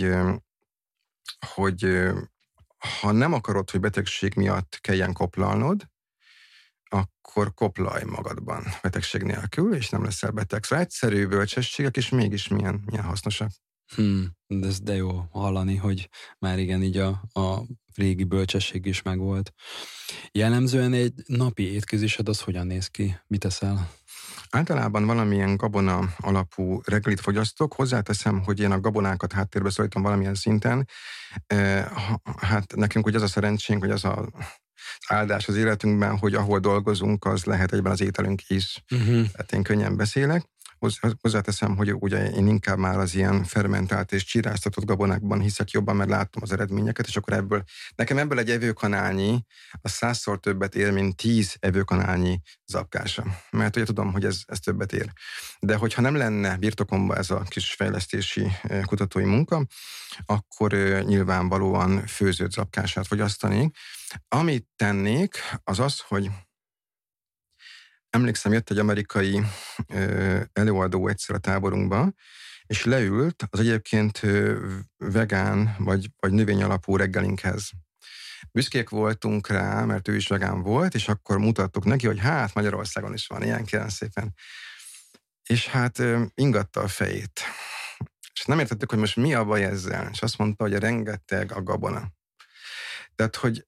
hogy ha nem akarod, hogy betegség miatt kelljen koplalnod, akkor koplalj magadban betegség nélkül, és nem leszel beteg. Szóval egyszerű bölcsességek, és mégis milyen hasznosak. De jó hallani, hogy már igen, így a régi bölcsesség is megvolt. Jellemzően egy napi étkezésed az hogyan néz ki? Mit eszel? Általában valamilyen gabona alapú reggelit fogyasztok. Hozzáteszem, hogy én a gabonákat háttérbe szorítom valamilyen szinten. Hát nekünk ugye az a szerencsénk, hogy az az áldás az életünkben, hogy ahol dolgozunk, az lehet egyben az ételünk is. Hát én könnyen beszélek. Hozzáteszem, hogy ugye én inkább már az ilyen fermentált és csíráztatott gabonákban hiszek jobban, mert látom az eredményeket, és akkor nekem ebből egy evőkanálnyi, az 100-szor többet ér, mint 10 evőkanálnyi zapkása. Mert ugye tudom, hogy ez többet ér. De hogyha nem lenne birtokomba ez a kis fejlesztési kutatói munka, akkor nyilvánvalóan főzött zapkását fogyasztanék. Amit tennék, az, hogy emlékszem, jött egy amerikai előadó egyszer a táborunkba, és leült az egyébként vegán vagy növény alapú reggelinkhez. Büszkék voltunk rá, mert ő is vegán volt, és akkor mutattuk neki, hogy hát Magyarországon is van ilyen, kérem szépen. És hát ingatta a fejét. És nem értettük, hogy most mi a baj ezzel. És azt mondta, hogy rengeteg a gabona. Tehát, hogy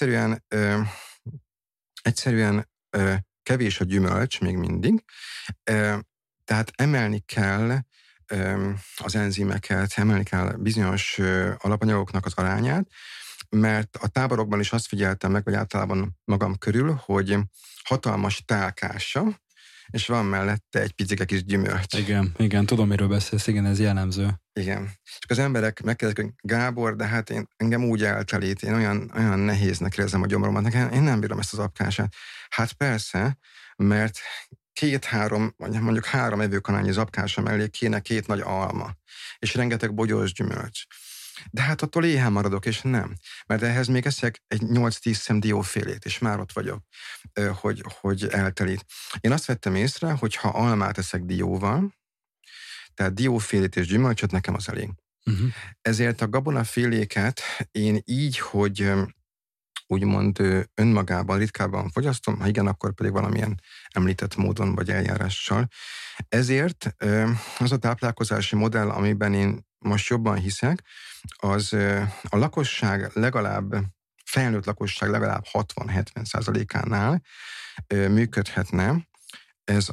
egyszerűen kevés a gyümölcs még mindig, tehát emelni kell az enzimeket, emelni kell bizonyos alapanyagoknak az arányát, mert a táborokban is azt figyeltem meg, vagy általában magam körül, hogy hatalmas tálkása és van mellette egy picike kis gyümölcs. Igen, tudom, miről beszélsz, igen, ez jellemző. Igen. És az emberek megkérdezik, hogy Gábor, de hát engem úgy eltelít, én olyan nehéznek érzem a gyomromat, nekem én nem bírom ezt az apkását. Hát persze, mert 2-3, vagy mondjuk 3 evőkanálnyi zapkása mellé kéne 2 nagy alma, és rengeteg bogyós gyümölcs. De hát attól éhen maradok, és nem. Mert ehhez még eszek egy 8-10 szem diófélét, és már ott vagyok, hogy eltelít. Én azt vettem észre, hogy ha almát eszek dióval, tehát diófélét és gyümölcsöt, nekem az elég. Ezért a gabonaféléket én így, hogy úgymond önmagában, ritkábban fogyasztom, ha igen, akkor pedig valamilyen említett módon vagy eljárással. Ezért az a táplálkozási modell, amiben én most jobban hiszek, az a lakosság felnőtt lakosság legalább 60-70%-ánál működhetne. Ez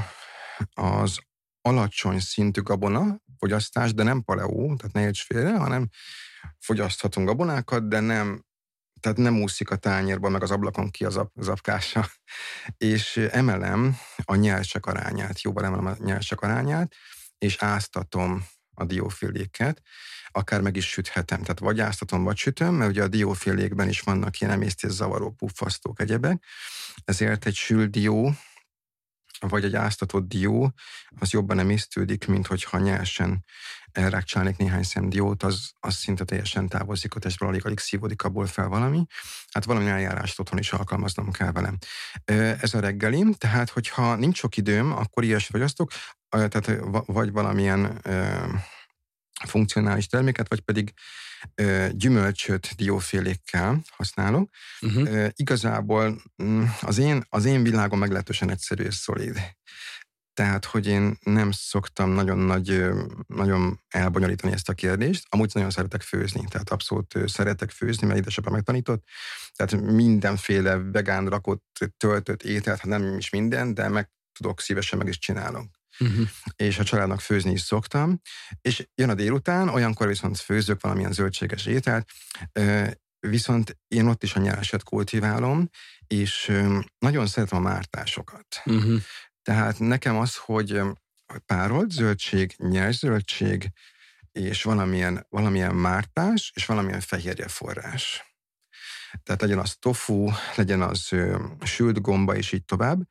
az alacsony szintű gabona fogyasztás, de nem paleó, tehát ne érts félre, hanem fogyaszthatunk gabonákat, de nem úszik a tányérba, meg az ablakon ki az apkása. És emelem a nyersek arányát, jóval emelem a nyersek arányát, és áztatom a dióféléket, akár meg is süthetem. Tehát vagy áztatom, vagy sütöm, mert ugye a diófélékben is vannak ilyen emésztészavaró puffasztók, egyebek. Ezért egy sült dió, vagy egy áztatott dió, az jobban emésztődik, mint hogyha nyersen elrákcsálnék néhány szem diót, az szinte teljesen távozik a testből, alig szívódik abból fel valami. Hát valami eljárást otthon is alkalmaznom kell velem. Ez a reggelim, tehát hogyha nincs sok időm, akkor ilyesmit fogyasztok, tehát vagy valamilyen funkcionális terméket, vagy pedig gyümölcsöt diófélékkel használok. Igazából az én világom meglehetősen egyszerű és szolid. Tehát, hogy én nem szoktam nagyon elbonyolítani ezt a kérdést. Amúgy nagyon szeretek főzni, tehát abszolút szeretek főzni, mert édesapám megtanított. Tehát mindenféle vegán rakott, töltött ételt, hát nem is minden, de meg tudok, szívesen meg is csinálok. És a családnak főzni is szoktam. És jön a délután, olyankor viszont főzök valamilyen zöldséges ételt, viszont én ott is a nyerset kultiválom, és nagyon szeretem a mártásokat. Tehát nekem az, hogy párolt zöldség, nyers zöldség, és valamilyen mártás, és valamilyen fehérjeforrás. Tehát legyen az tofu, legyen az sült gomba, és így tovább.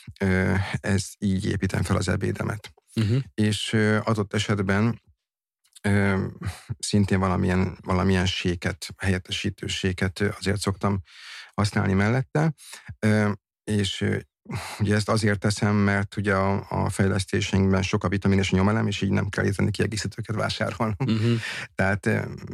Ez így építem fel az ebédemet. És adott esetben szintén valamilyen séket, helyettesítő séket azért szoktam használni mellette. És ugye ezt azért teszem, mert ugye a fejlesztésünkben sok a vitamin és nyomelem, és így nem kell érteni kiegészítőket vásárolnom. Tehát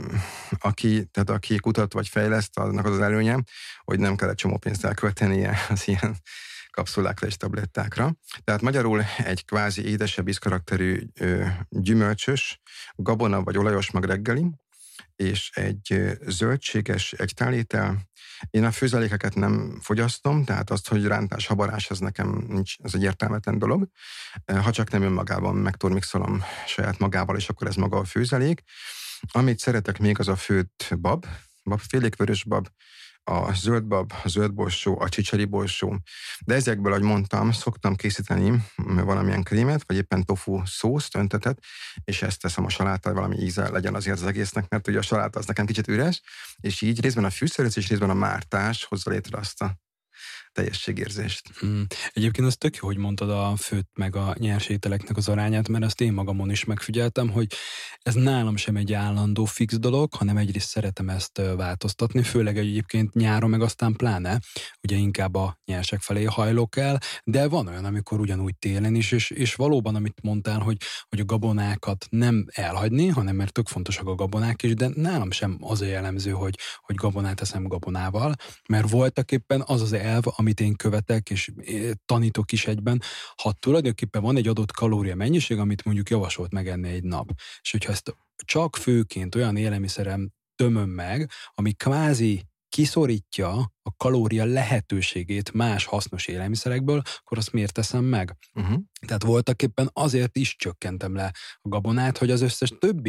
aki kutat vagy fejleszt, annak az előnye, hogy nem kell egy csomó pénzt elköltenie az ilyen kapszulákra és tablettákra. Tehát magyarul egy kvázi édesebb ízkarakterű gyümölcsös, gabona vagy olajos mag reggeli, és egy zöldséges egytálétel. Én a főzelékeket nem fogyasztom, tehát azt, hogy rántás, habarás, az nekem nincs, ez egy értelmetlen dolog. Ha csak nem önmagában megtormixolom saját magával, és akkor ez maga a főzelék. Amit szeretek még, az a főtt babfélék, vörösbab, a zöldbab, a zöldborsó, a csicseri borsó. De ezekből, ahogy mondtam, szoktam készíteni valamilyen krémet, vagy éppen tofu szószt öntetet, és ezt teszem a saláttal, valami íze legyen azért az egésznek, mert ugye a saláta az nekem kicsit üres, és így részben a fűszerezés és részben a mártás hozza létre azt a teljességérzést. Egyébként az tök jó, hogy mondtad a főtt meg a nyers ételeknek az arányát, mert ezt én magamon is megfigyeltem, hogy ez nálam sem egy állandó fix dolog, hanem egyrészt szeretem ezt változtatni, főleg egyébként nyáron meg aztán pláne, ugye inkább a nyersek felé hajlok el, de van olyan, amikor ugyanúgy télen is, és valóban, amit mondtál, hogy a gabonákat nem elhagyni, hanem mert tök fontosak a gabonák is, de nálam sem az a jellemző, hogy gabonát eszem gabonával, mert voltak éppen az az elv, amit én követek, és tanítok is egyben, ha tulajdonképpen van egy adott kalória mennyiség, amit mondjuk javasolt megenni egy nap, és hogyha ezt csak főként olyan élelmiszerem tömöm meg, ami kvázi kiszorítja a kalória lehetőségét más hasznos élelmiszerekből, akkor azt miért teszem meg? Tehát voltak éppen azért is csökkentem le a gabonát, hogy az összes többi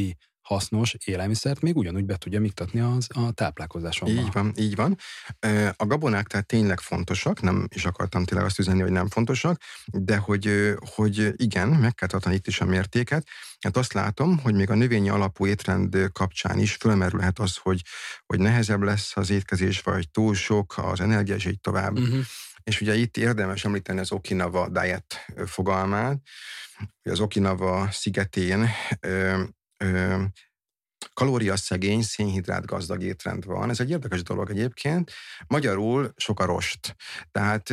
hasznos élelmiszert még ugyanúgy be tudja iktatni a táplálkozásomba. Így van. A gabonák tehát tényleg fontosak, nem is akartam tényleg azt üzenni, hogy nem fontosak, de hogy igen, meg kell tartani itt is a mértéket. Hát azt látom, hogy még a növényi alapú étrend kapcsán is fölmerülhet az, hogy nehezebb lesz az étkezés, vagy túl sok az energia, és így tovább. És ugye itt érdemes említeni az Okinawa diet fogalmát, hogy az Okinawa szigetén kalóriaszegény, szénhidrát gazdag étrend van. Ez egy érdekes dolog egyébként. Magyarul sok a rost. Tehát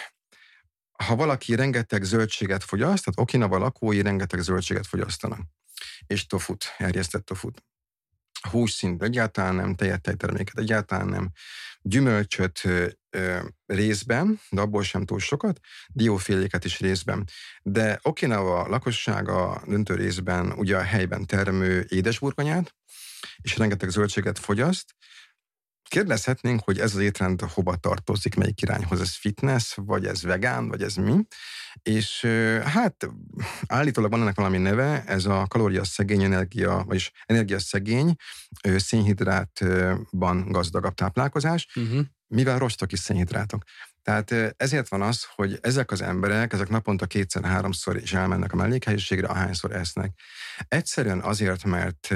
ha valaki rengeteg zöldséget fogyaszt, tehát Okinawa lakói rengeteg zöldséget fogyasztanak. És tofut, erjesztett tofut. Hússzint egyáltalán nem, tejterméket egyáltalán nem, gyümölcsöt részben, de abból sem túl sokat, dióféléket is részben. De Okinawa lakossága döntő részben ugye a helyben termő édesburgonyát, és rengeteg zöldséget fogyaszt. Kérdezhetnénk, hogy ez az étrend hova tartozik, melyik irányhoz, ez fitness, vagy ez vegán, vagy ez mi? És hát állítólag van ennek valami neve, ez a kalóriaszegény vagyis energiaszegény, szénhidrátban gazdagabb táplálkozás, mivel rostok is szénhidrátok. Tehát ezért van az, hogy ezek az emberek, ezek naponta 2-3-szor is elmennek a mellékhelyiségre, ahányszor esznek. Egyszerűen azért,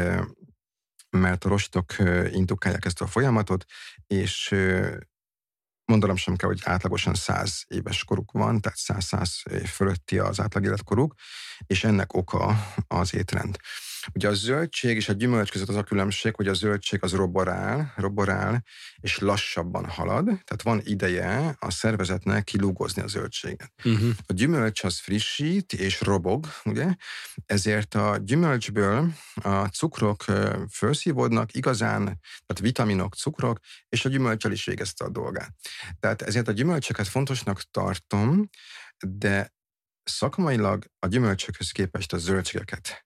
mert a rostok indukálják ezt a folyamatot, és mondanom sem kell, hogy átlagosan 100 éves koruk van, tehát 100 év fölötti az átlag életkoruk, és ennek oka az étrend. Ugye a zöldség és a gyümölcs között az a különbség, hogy a zöldség az roborál, és lassabban halad, tehát van ideje a szervezetnek kilúgozni a zöldséget. A gyümölcs az frissít és robog, ugye? Ezért a gyümölcsből a cukrok felszívódnak igazán, tehát vitaminok, cukrok, és a gyümölccsel is végezte a dolgát. Tehát ezért a gyümölcsöket fontosnak tartom, de szakmailag a gyümölcsökhöz képest a zöldségeket,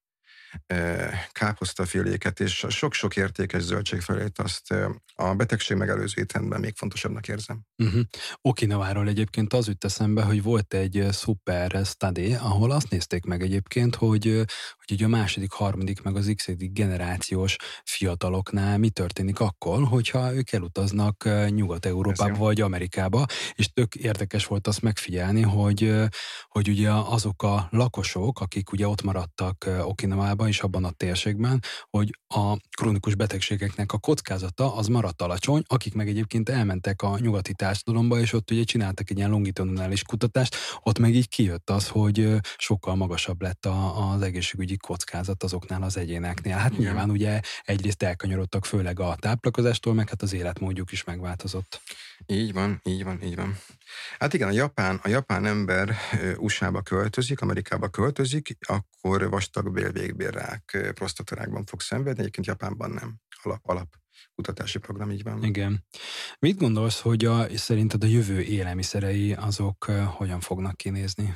káposztaféléket és a sok-sok értékes zöldségfelét azt a betegség megelőző étrendben még fontosabbnak érzem. Okinaváról egyébként az jut eszembe, hogy volt egy szuper study, ahol azt nézték meg egyébként, hogy ugye a második, harmadik, meg az x-edik generációs fiataloknál mi történik akkor, hogyha ők elutaznak Nyugat-Európába vagy Amerikába, és tök érdekes volt azt megfigyelni, hogy ugye azok a lakosok, akik ugye ott maradtak Okinawában és abban a térségben, hogy a krónikus betegségeknek a kockázata az maradt alacsony, akik meg egyébként elmentek a nyugati társadalomba, és ott ugye csináltak egy ilyen longitudinális kutatást, ott meg így kijött az, hogy sokkal magasabb lett az egészségügyi kockázat azoknál az egyéneknél. Hát nyilván ugye egyrészt elkanyarodtak főleg a táplálkozástól, meg hát az életmódjuk is megváltozott. Így van. Hát igen, a japán ember USA-ba költözik, Amerikába költözik, akkor vastag bélvégbélrák, prostatarákban fog szenvedni, egyébként Japánban nem. Alap kutatási program, így van. Igen. Mit gondolsz, hogy szerinted a jövő élelmiszerei azok hogyan fognak kinézni?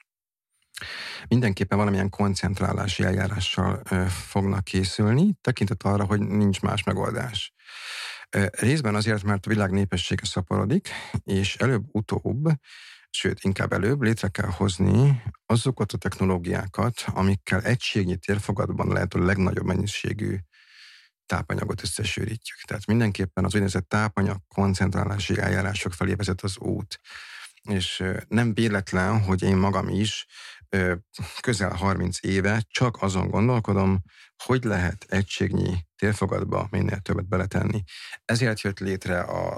Mindenképpen valamilyen koncentrálási eljárással fognak készülni, tekintet arra, hogy nincs más megoldás. Részben azért, mert a világ népessége szaporodik, és előbb-utóbb, sőt, inkább előbb létre kell hozni azokat a technológiákat, amikkel egységnyi térfogatban lehet a legnagyobb mennyiségű tápanyagot összesűrítjük. Tehát mindenképpen az úgynevezett tápanyag koncentrálási eljárások felé vezet az út. És nem véletlen, hogy én magam is közel 30 éve csak azon gondolkodom, hogy lehet egységnyi térfogatba minél többet beletenni. Ezért jött létre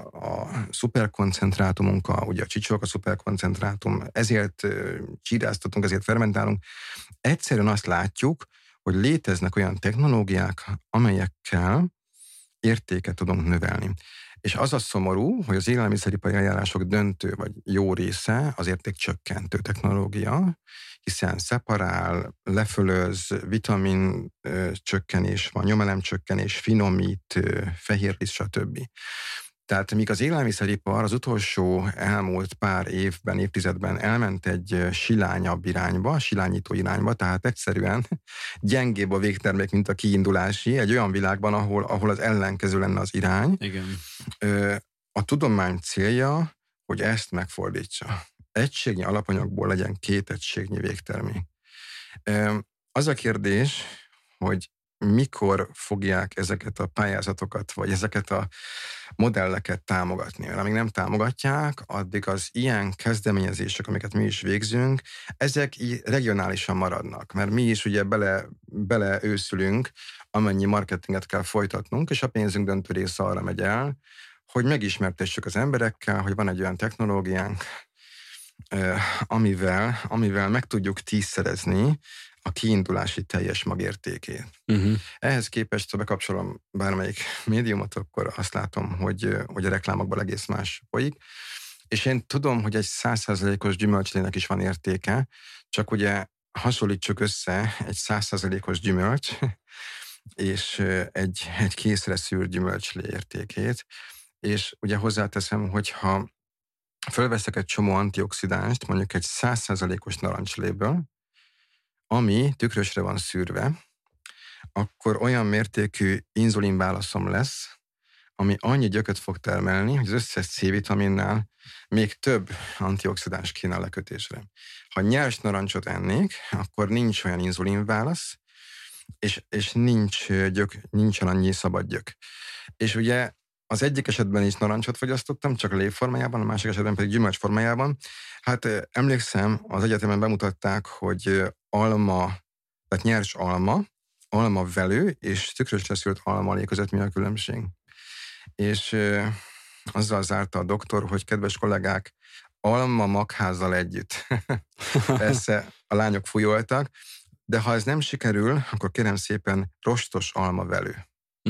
a szuperkoncentrátumunk, ugye a csicsolka szuperkoncentrátum, ezért csíráztatunk, ezért fermentálunk. Egyszerűen azt látjuk, hogy léteznek olyan technológiák, amelyekkel értéket tudunk növelni. És az a szomorú, hogy az élelmiszeripari eljárások döntő vagy jó része az értékcsökkentő technológia, hiszen szeparál, lefölöz, vitamin csökkenés van, nyomelemcsökkenés, finomít, fehérlisz, stb. Tehát míg az élelmiszeripar az utolsó elmúlt pár évben, évtizedben elment egy silányabb irányba, silányító irányba, tehát egyszerűen gyengébb a végtermék, mint a kiindulási, egy olyan világban, ahol az ellenkező lenne az irány. Igen. A tudomány célja, hogy ezt megfordítsa. Egységnyi alapanyagból legyen 2 egységnyi végtermék. Az a kérdés, hogy mikor fogják ezeket a pályázatokat, vagy ezeket a modelleket támogatni. Mert amíg nem támogatják, addig az ilyen kezdeményezések, amiket mi is végzünk, ezek így regionálisan maradnak. Mert mi is ugye beleőszülünk, amennyi marketinget kell folytatnunk, és a pénzünk döntő része arra megy el, hogy megismertessük az emberekkel, hogy van egy olyan technológiánk, amivel meg tudjuk 10-szerezni a kiindulási teljes magértékét. Ehhez képest, ha bekapcsolom bármelyik médiumot, akkor azt látom, hogy a reklámokból egész más folyik. És én tudom, hogy egy 100%-os gyümölcslének is van értéke, csak ugye hasonlítsuk össze egy 100%-os gyümölcs és egy készre szűrt gyümölcslé értékét. És ugye hozzáteszem, hogyha fölveszek egy csomó antioxidánst, mondjuk egy 100%-os narancsléből, ami tükrösre van szűrve, akkor olyan mértékű inzulinválaszom lesz, ami annyi gyököt fog termelni, hogy az összes C-vitaminnál még több antioxidáns kínál lekötésre. Ha nyers narancsot ennék, akkor nincs olyan inzulinválasz, és nincsen annyi szabad gyök. És ugye az egyik esetben is narancsot fogyasztottam, csak lév formájában, a másik esetben pedig gyümölcs formájában. Hát emlékszem, az egyetemen bemutatták, hogy tehát nyers alma velő és tükrösre szült almalé között mi a különbség. És azzal zárta a doktor, hogy kedves kollégák, alma magházzal együtt. Persze a lányok fújoltak, de ha ez nem sikerül, akkor kérem szépen rostos alma velő.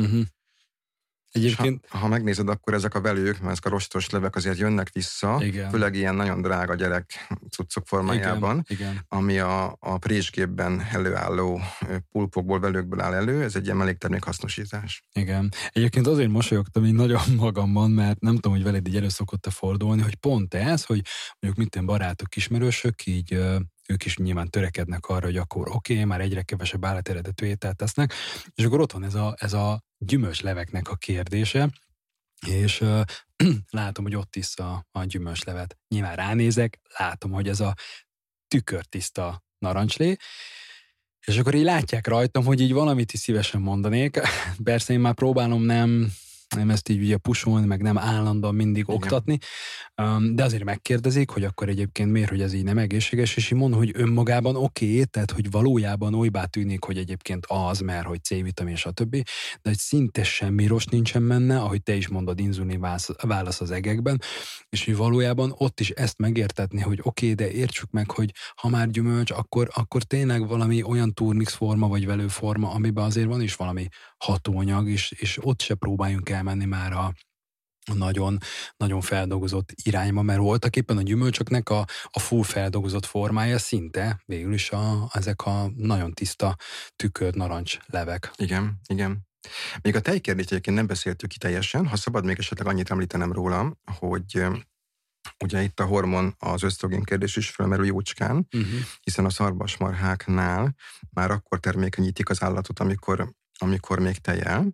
Egyébként... Ha megnézed, akkor ezek a velők, mert ezek a rostos levek azért jönnek vissza, igen. Főleg ilyen nagyon drága gyerek cuccok formájában, igen. Ami a présgépben előálló pulpokból, velőkből áll elő, ez egy ilyen melléktermék hasznosítás. Igen. Egyébként azért mosolyogtam így nagyon magamban, mert nem tudom, hogy veled így elő szokott-e fordulni, hogy pont ez, hogy mondjuk minden barátok, ismerősök így ők is nyilván törekednek arra, hogy akkor oké, már egyre kevesebb állateredetű ételt tesznek, és akkor ott van ez a gyümölcsleveknek a kérdése, és látom, hogy ott iszza a gyümölcslevet. Nyilván ránézek, látom, hogy ez a tükörtiszta narancslé, és akkor így látják rajtam, hogy így valamit is szívesen mondanék. Persze én már próbálom nem ezt így ugye pusolni, meg nem állandóan mindig oktatni, de azért megkérdezik, hogy akkor egyébként miért, hogy ez így nem egészséges, és így mondom, hogy önmagában oké, tehát hogy valójában olybá tűnik, hogy egyébként az, mert hogy C-vitamin, stb., de hogy szinte semmi rossz nincsen benne, ahogy te is mondod, inzulin válasz az egekben, és hogy valójában ott is ezt megértetni, hogy oké, de értsük meg, hogy ha már gyümölcs, akkor tényleg valami olyan turmix forma, vagy velőforma, amiben azért van is valami hatóanyag, és ott se próbáljunk elmenni már a nagyon, nagyon feldolgozott irányba, mert voltak éppen a gyümölcsöknek a full feldolgozott formája szinte végül is ezek a nagyon tiszta tükör narancs levek. Igen, igen. Még a tejkérdést egyébként nem beszéltük ki teljesen, ha szabad még esetleg annyit említenem róla, hogy ugye itt a hormon, az ösztrogén kérdés is felmerül jócskán, hiszen a szarvasmarháknál már akkor termékenyítik az állatot, amikor még tejel,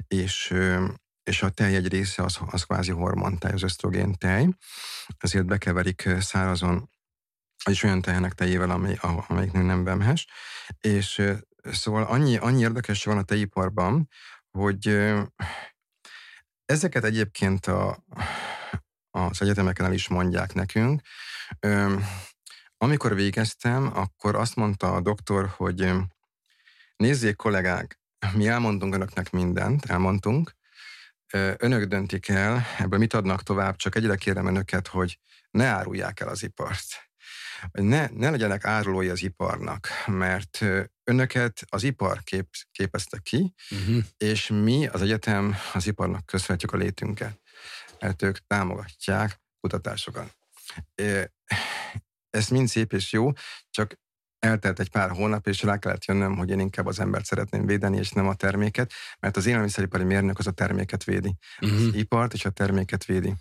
és a tej egy része az kvázi hormontej, az ösztrogén tej, ezért bekeverik szárazon, és olyan tehenek tejével, amelyik nem vemhes, és szóval annyi érdekes van a tejiparban, hogy ezeket egyébként az egyetemeken el is mondják nekünk. Amikor végeztem, akkor azt mondta a doktor, hogy nézzék kollégák, mi elmondunk önöknek mindent, elmondtunk, önök döntik el, ebből mit adnak tovább, csak egyre kérem önöket, hogy ne árulják el az ipart. Ne legyenek árulói az iparnak, mert önöket az ipar képezte ki, és mi az egyetem az iparnak köszönhetjük a létünket, mert ők támogatják kutatásokat. Ez mind szép és jó, csak eltelt egy pár hónap, és rá kellett jönnöm, hogy én inkább az embert szeretném védeni, és nem a terméket, mert az élelmiszeripari mérnök az a terméket védi. Az ipart és a terméket védi.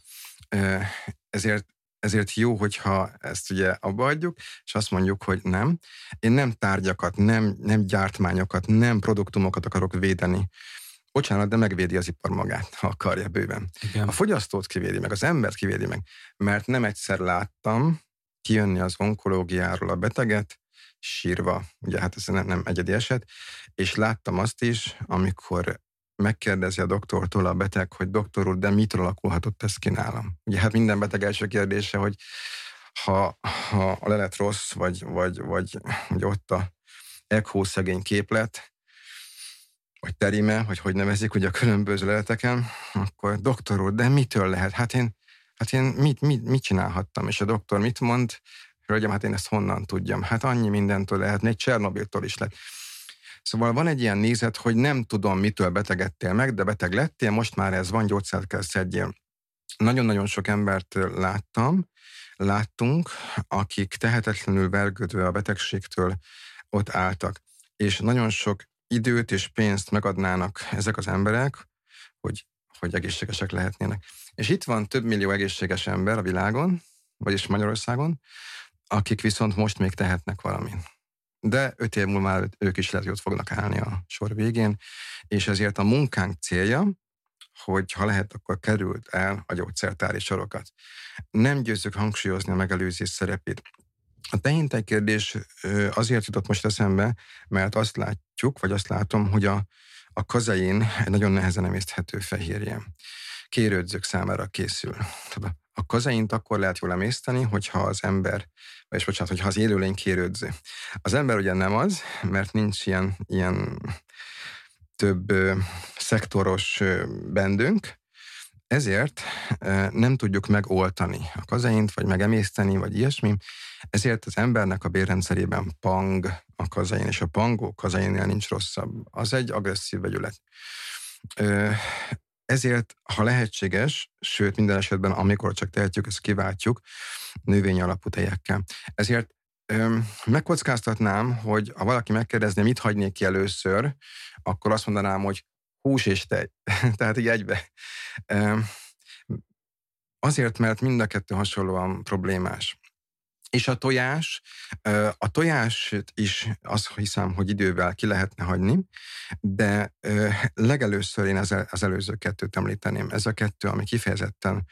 Ezért jó, hogyha ezt ugye abba adjuk, és azt mondjuk, hogy nem. Én nem tárgyakat, nem gyártmányokat, nem produktumokat akarok védeni. Bocsánat, de megvédi az ipar magát, ha akarja bőven. Igen. A fogyasztót kivédi meg, az embert kivédi meg, mert nem egyszer láttam kijönni az onkológiáról a beteget, sírva, ugye hát ez nem egyedi eset, és láttam azt is, amikor megkérdezi a doktortól a beteg, hogy doktor úr, de mitől alakulhatott ez ki nálam? Ugye hát minden beteg első kérdése, hogy ha a lelet rossz, vagy ott a ECHO szegény képlet, vagy terime, hogy nevezik ugye a különböző leleteken, akkor doktor úr, de mitől lehet? Hát én mit csinálhattam? És a doktor mit mond? Hölgyem, hát én ezt honnan tudjam? Hát annyi mindentől lehet, még Csernobiltól is lett. Szóval van egy ilyen nézet, hogy nem tudom, mitől betegedtél meg, de beteg lettél, most már ez van, gyógyszert kell szedjél. Nagyon-nagyon sok embert láttunk, akik tehetetlenül vergődve a betegségtől ott álltak. És nagyon sok időt és pénzt megadnának ezek az emberek, hogy egészségesek lehetnének. És itt van több millió egészséges ember a világon, vagyis Magyarországon, akik viszont most még tehetnek valamit. De 5 év múlva már ők is lehet, hogy ott fognak állni a sor végén, és ezért a munkánk célja, hogy ha lehet, akkor került el a gyógyszertári sorokat. Nem győzzük hangsúlyozni a megelőzés szerepét. A tehintej kérdés azért jutott most eszembe, mert azt látom, hogy a kazein egy nagyon nehezen emészthető fehérje. Kérődzők számára készül. A kazeint akkor lehet jól emészteni, hogyha az ember, hogyha az élőlény kérődző. Az ember ugye nem az, mert nincs ilyen több szektoros bendünk, ezért nem tudjuk megoltani a kazeint, vagy megemészteni, vagy ilyesmi, ezért az embernek a bérrendszerében pang a kazein, és a pangó kazeinnél nincs rosszabb. Az egy agresszív vegyület. Ezért, ha lehetséges, sőt minden esetben, amikor csak tehetjük, ezt kiváltjuk növény alapú tejekkel. Ezért megkockáztatnám, hogy ha valaki megkérdezné, mit hagynék ki először, akkor azt mondanám, hogy hús és tej. Tehát így egybe. Azért, mert mind a kettő hasonlóan problémás. És a tojást is azt hiszem, hogy idővel ki lehetne hagyni, de legelőször én az előző kettőt említeném. Ez a kettő, ami kifejezetten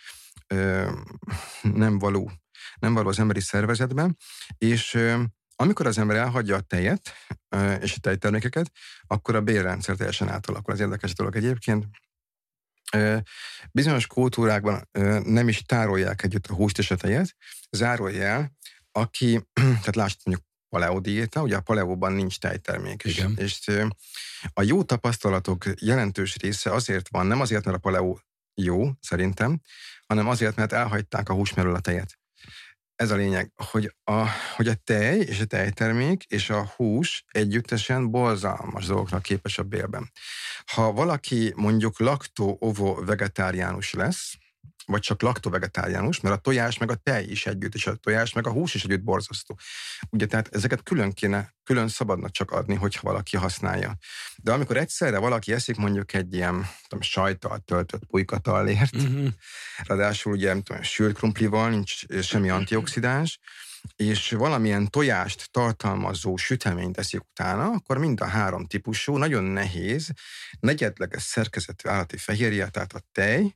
nem való az emberi szervezetben, és amikor az ember elhagyja a tejet és a tejtermékeket, akkor a bélrendszer teljesen átalakul. Ez érdekes dolog egyébként. Bizonyos kultúrákban nem is tárolják együtt a húst és a tejet, zárójel, tehát lásd mondjuk paleo diéta, ugye a paleóban nincs tejtermék. És a jó tapasztalatok jelentős része azért van, nem azért, mert a paleo jó, szerintem, hanem azért, mert elhagyták a hús mellől a tejet. Ez a lényeg, hogy a tej és a tejtermék és a hús együttesen borzalmas dolgoknak képes a bélben. Ha valaki mondjuk laktó-ovo-vegetáriánus lesz, vagy csak laktovegetáriánus, mert a tojás meg a tej is együtt, és a tojás meg a hús is együtt borzasztó. Ugye, tehát ezeket külön szabadnak csak adni, hogyha valaki használja. De amikor egyszerre valaki eszik mondjuk egy ilyen sajttal töltött pulykatalért, ráadásul ugye sült krumplival, nincs semmi antioxidáns, és valamilyen tojást tartalmazó süteményt eszik utána, akkor mind a 3 típusú, nagyon nehéz, negyedleges szerkezetű állati fehérje, tehát a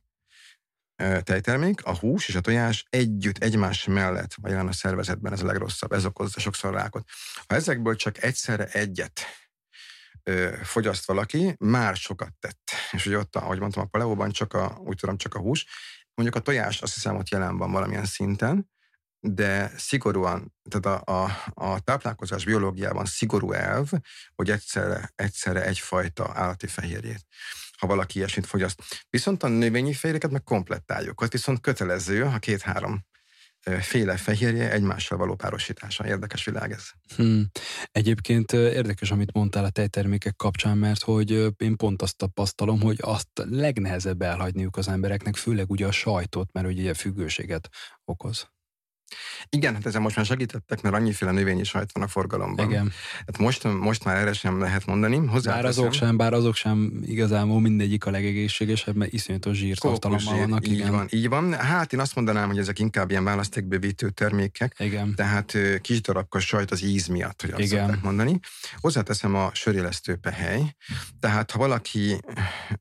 tejtermék, a hús és a tojás együtt, egymás mellett vagy jelen a szervezetben, ez a legrosszabb, ez okozza sokszor rákot. Ha ezekből csak egyszerre egyet fogyaszt valaki, már sokat tett. És ugye ott, ahogy mondtam, a paleóban csak a hús. Mondjuk a tojás azt hiszem, hogy jelen van valamilyen szinten, de szigorúan, tehát a táplálkozás biológiában szigorú elv, hogy egyszerre egyfajta állati fehérjét, ha valaki ilyesmit fogyaszt. Viszont a növényi fehérjéket meg komplettáljuk. Az viszont kötelező a 2-3 féle fehérje egymással való párosítása. Érdekes világ ez. Egyébként érdekes, amit mondtál a tejtermékek kapcsán, mert hogy én pont azt tapasztalom, hogy azt legnehezebb elhagyniuk az embereknek, főleg ugye a sajtot, mert ugye függőséget okoz. Igen, hát ezen most már segítettek, mert annyiféle növényi sajt van a forgalomban. Igen. Hát most már erre sem lehet mondani. Bár azok sem igazából mindegyik a legegészségesebb, mert iszonyatos zsírtartalommal vannak. Így van. Hát én azt mondanám, hogy ezek inkább ilyen választékbevítő termékek. Igen. Tehát kis darabkos sajt az íz miatt, hogy azt szokták mondani. Hozzáteszem a sörélesztő pehely. Tehát ha valaki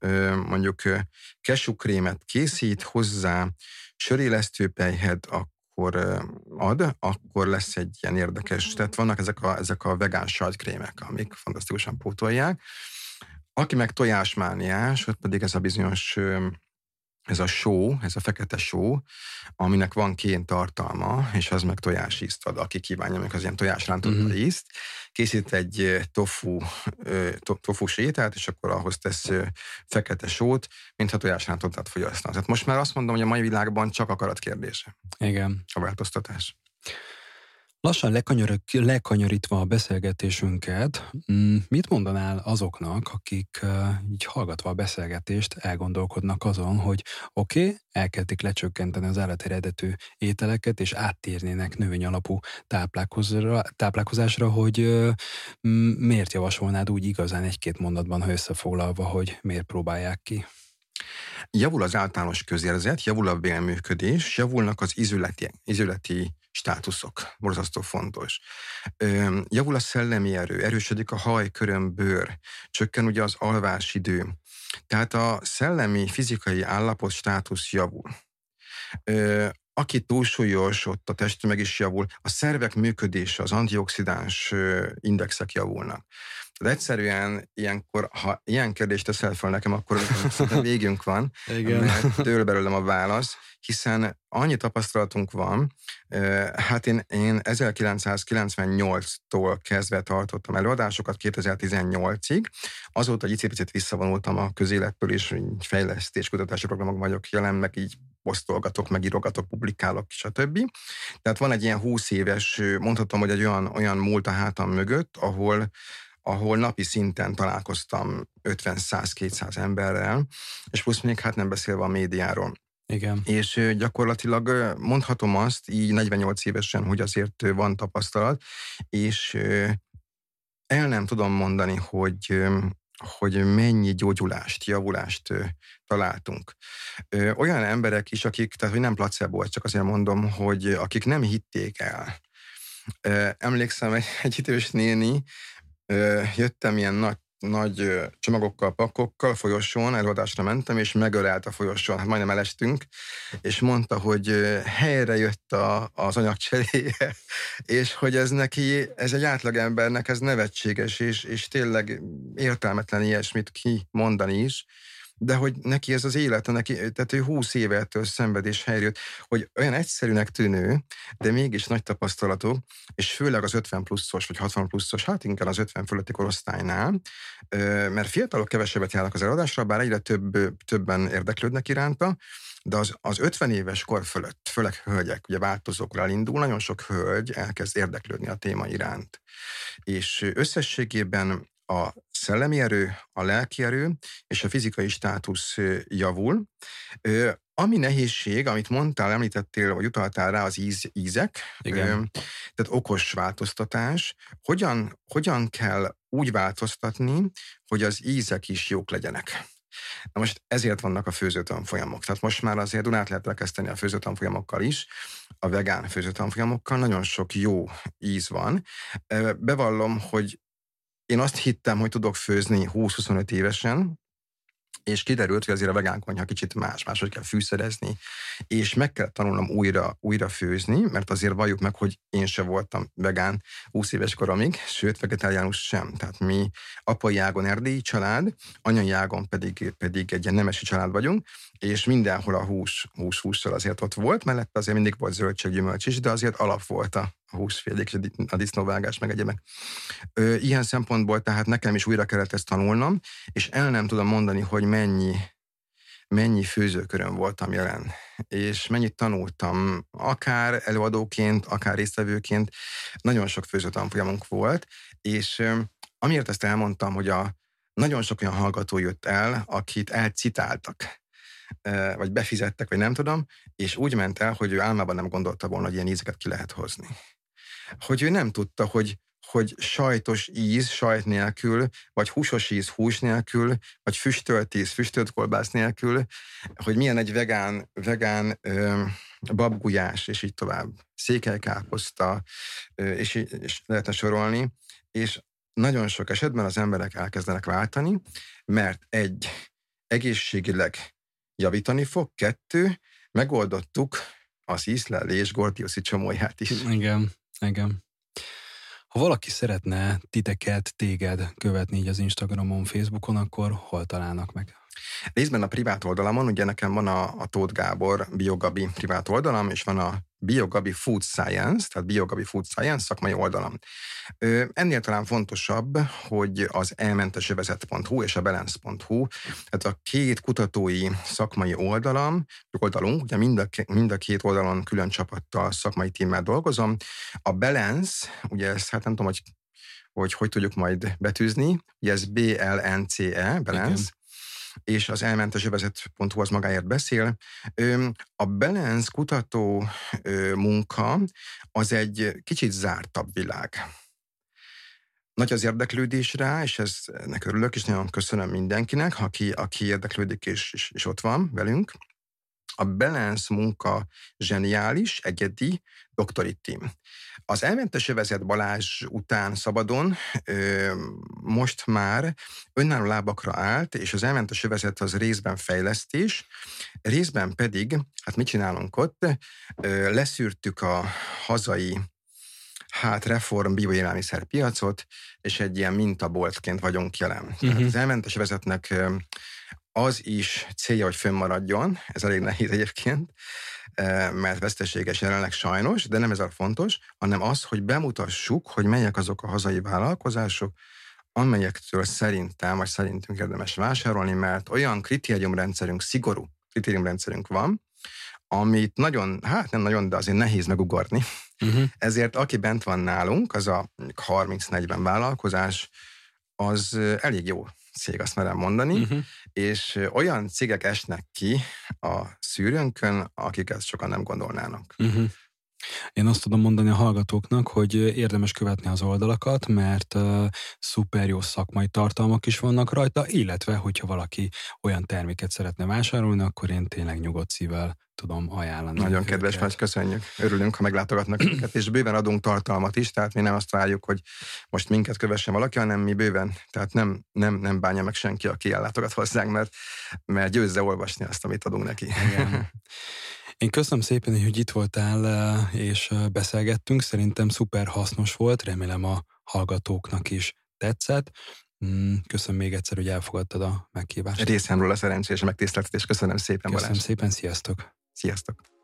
mondjuk kesukrémet készít hozzá sörélesztő pelyhet, akkor ad, akkor lesz egy ilyen érdekes, tehát vannak ezek a vegán sajtkrémek, amik fantasztikusan pótolják. Aki meg tojásmániás, ott pedig ez a bizonyos, ez a só, ez a fekete só, aminek van kén tartalma, és az meg tojásízt ad. Aki kívánja meg az ilyen tojásrántotta ízt, készít egy tofu sétát, és akkor ahhoz tesz fekete sót, mintha tojásrántottát fogyasztana. Tehát most már azt mondom, hogy a mai világban csak akarat kérdése. Igen. A változtatás. Lassan lekanyarítva a beszélgetésünket, mit mondanál azoknak, akik így hallgatva a beszélgetést elgondolkodnak azon, hogy oké, elkezdik lecsökkenteni az állati eredetű ételeket, és áttérnének növényalapú táplálkozásra, hogy miért javasolnád úgy igazán egy-két mondatban, ha összefoglalva, hogy miért próbálják ki? Javul az általános közérzet, javul a bélműködés, javulnak az izületi státuszok, borzasztó fontos. Javul a szellemi erő, erősödik a haj, köröm, bőr, csökken ugye az alvásidő. Tehát a szellemi, fizikai állapot, státusz javul. Aki túlsúlyos, ott a testtömeg is javul, a szervek működése, az antioxidáns indexek javulnak. Tehát egyszerűen ilyenkor, ha ilyen kérdést teszel fel nekem, akkor végünk van, mert tőle belőlem a válasz, hiszen annyi tapasztalatunk van, hát én 1998-tól kezdve tartottam előadásokat 2018-ig, azóta egy picit visszavonultam a közélettől, és fejlesztés, kutatási programok vagyok jelen, meg így posztolgatok, meg írogatok, publikálok, stb. Tehát van egy ilyen 20 éves, mondhatom, hogy egy olyan múlt a hátam mögött, ahol napi szinten találkoztam 50-100-200 emberrel, és plusz még hát nem beszélve a médiáról. Igen. És gyakorlatilag mondhatom azt, így 48 évesen, hogy azért van tapasztalat, és el nem tudom mondani, hogy mennyi gyógyulást, javulást találtunk. Olyan emberek is, akik, tehát hogy nem placebo, csak azért mondom, hogy akik nem hitték el. Emlékszem, egy idős néni, jöttem ilyen nagy csomagokkal, pakokkal, folyosón, előadásra mentem, és megölelt a folyosón, hát majdnem elestünk, és mondta, hogy helyre jött az anyagcseréje, és hogy ez neki, ez egy átlagembernek, ez nevetséges, és tényleg értelmetlen ilyesmit kimondani is, de hogy neki ez az élete, tehát ő 20 évettől szenved és helyre, hogy olyan egyszerűnek tűnő, de mégis nagy tapasztalatú, és főleg az 50 pluszos, vagy 60 pluszos, hát inkább az 50 fölötti korosztálynál, mert fiatalok kevesebbet járnak az előadásra, bár egyre többen érdeklődnek iránta, de az 50 éves kor fölött, főleg hölgyek, ugye változókra elindul, nagyon sok hölgy elkezd érdeklődni a téma iránt. És összességében a szellemi erő, a lelki erő és a fizikai státusz javul. Ami nehézség, amit mondtál, említettél, vagy utaltál rá, az ízek, tehát okos változtatás. Hogyan kell úgy változtatni, hogy az ízek is jók legyenek? Na most ezért vannak a főzőtanfolyamok. Tehát most már azért Dunát lehet elkezdeni a főzőtanfolyamokkal is, a vegán főzőtanfolyamokkal, nagyon sok jó íz van. Bevallom, hogy én azt hittem, hogy tudok főzni 20-25 évesen, és kiderült, hogy azért a vegán konyha kicsit máshogy kell fűszerezni, és meg kell tanulnom újra főzni, mert azért valljuk meg, hogy én sem voltam vegán 20 éves koromig, sőt, vegetáriánus sem. Tehát mi apai ágon erdélyi család, anyai ágon pedig egy ilyen nemesi család vagyunk, és mindenhol a hússal azért ott volt, mellett azért mindig volt zöldség, gyümölcs is, de azért alap volt a húsfélék, a disznóvágás, meg egyebek. Ilyen szempontból tehát nekem is újra kellett ezt tanulnom, és el nem tudom mondani, hogy mennyi főzőköröm voltam jelen, és mennyit tanultam, akár előadóként, akár résztvevőként, nagyon sok főzőtanfolyamunk volt, és amiért ezt elmondtam, hogy nagyon sok olyan hallgató jött el, akit elcitáltak, vagy befizettek, vagy nem tudom, és úgy ment el, hogy ő álmában nem gondolta volna, hogy ilyen ízeket ki lehet hozni. Hogy ő nem tudta, hogy sajtos íz sajt nélkül, vagy húsos íz hús nélkül, vagy füstölt íz füstölt kolbász nélkül, hogy milyen egy vegán babgulyás, és így tovább. Székelykáposzta, és lehetne sorolni, és nagyon sok esetben az emberek elkezdenek váltani, mert egészségileg javítani fog, 2, megoldottuk az ízlelés Gordiuszi csomóját is. Igen. Ha valaki szeretne téged követni így az Instagramon, Facebookon, akkor hol találnak meg? Részben a privát oldalamon, ugye nekem van a Tóth Gábor BioGabi privát oldalam, és van a BioGabi Food Science, tehát BioGabi Food Science szakmai oldalam. Ennél talán fontosabb, hogy az elmentesövezet.hu és a balance.hu, tehát a két kutatói szakmai oldalunk, ugye mind a két oldalon külön csapattal, szakmai tímmel dolgozom. A Balance, ugye ezt hát nem tudom, hogy tudjuk majd betűzni, ugye ez BLNCE, Balance, igen. És az elmentesövezet.hu az magáért beszél. A Balance kutató munka az egy kicsit zártabb világ. Nagy az érdeklődés rá, és ennek örülök, és nagyon köszönöm mindenkinek, aki érdeklődik és ott van velünk. A Balance munka zseniális, egyedi, doktori tím. Az elmentes övezet Balázs után szabadon most már önálló lábakra állt, és az elmentes övezet az részben fejlesztés, részben pedig, hát mit csinálunk ott? Leszűrtük a hazai reform bioélelmiszer piacot, és egy ilyen mintaboltként vagyunk jelen. Tehát az elmentes övezetnek az is célja, hogy fönnmaradjon, ez elég nehéz egyébként, mert veszteséges jelenleg sajnos, de nem ez a fontos, hanem az, hogy bemutassuk, hogy melyek azok a hazai vállalkozások, amelyektől szerintünk érdemes vásárolni, mert olyan szigorú kritériumrendszerünk van, amit nem nagyon, de azért nehéz megugorni. Ezért aki bent van nálunk, az a 30-40 vállalkozás, az elég jó cég, azt merem mondani, és olyan cégek esnek ki a szűrőnkön, akik ezt sokan nem gondolnának. Én azt tudom mondani a hallgatóknak, hogy érdemes követni az oldalakat, mert szuper jó szakmai tartalmak is vannak rajta, illetve, hogyha valaki olyan terméket szeretne vásárolni, akkor én tényleg nyugodt szívvel tudom ajánlani. Nagyon kedves vagy, köszönjük. Örülünk, ha meglátogatnak minket, és bőven adunk tartalmat is, tehát mi nem azt várjuk, hogy most minket kövessen valaki, hanem mi bőven, tehát nem bánja meg senki, aki ellátogat hozzánk, mert győzze olvasni azt, amit adunk neki. Igen. Én köszönöm szépen, hogy itt voltál, és beszélgettünk. Szerintem szuper hasznos volt, remélem a hallgatóknak is tetszett. Köszönöm még egyszer, hogy elfogadtad a meghívást. Részemről a szerencsés megtiszteltetés. Köszönöm szépen, Balázs. Köszönöm szépen, sziasztok! Sziasztok!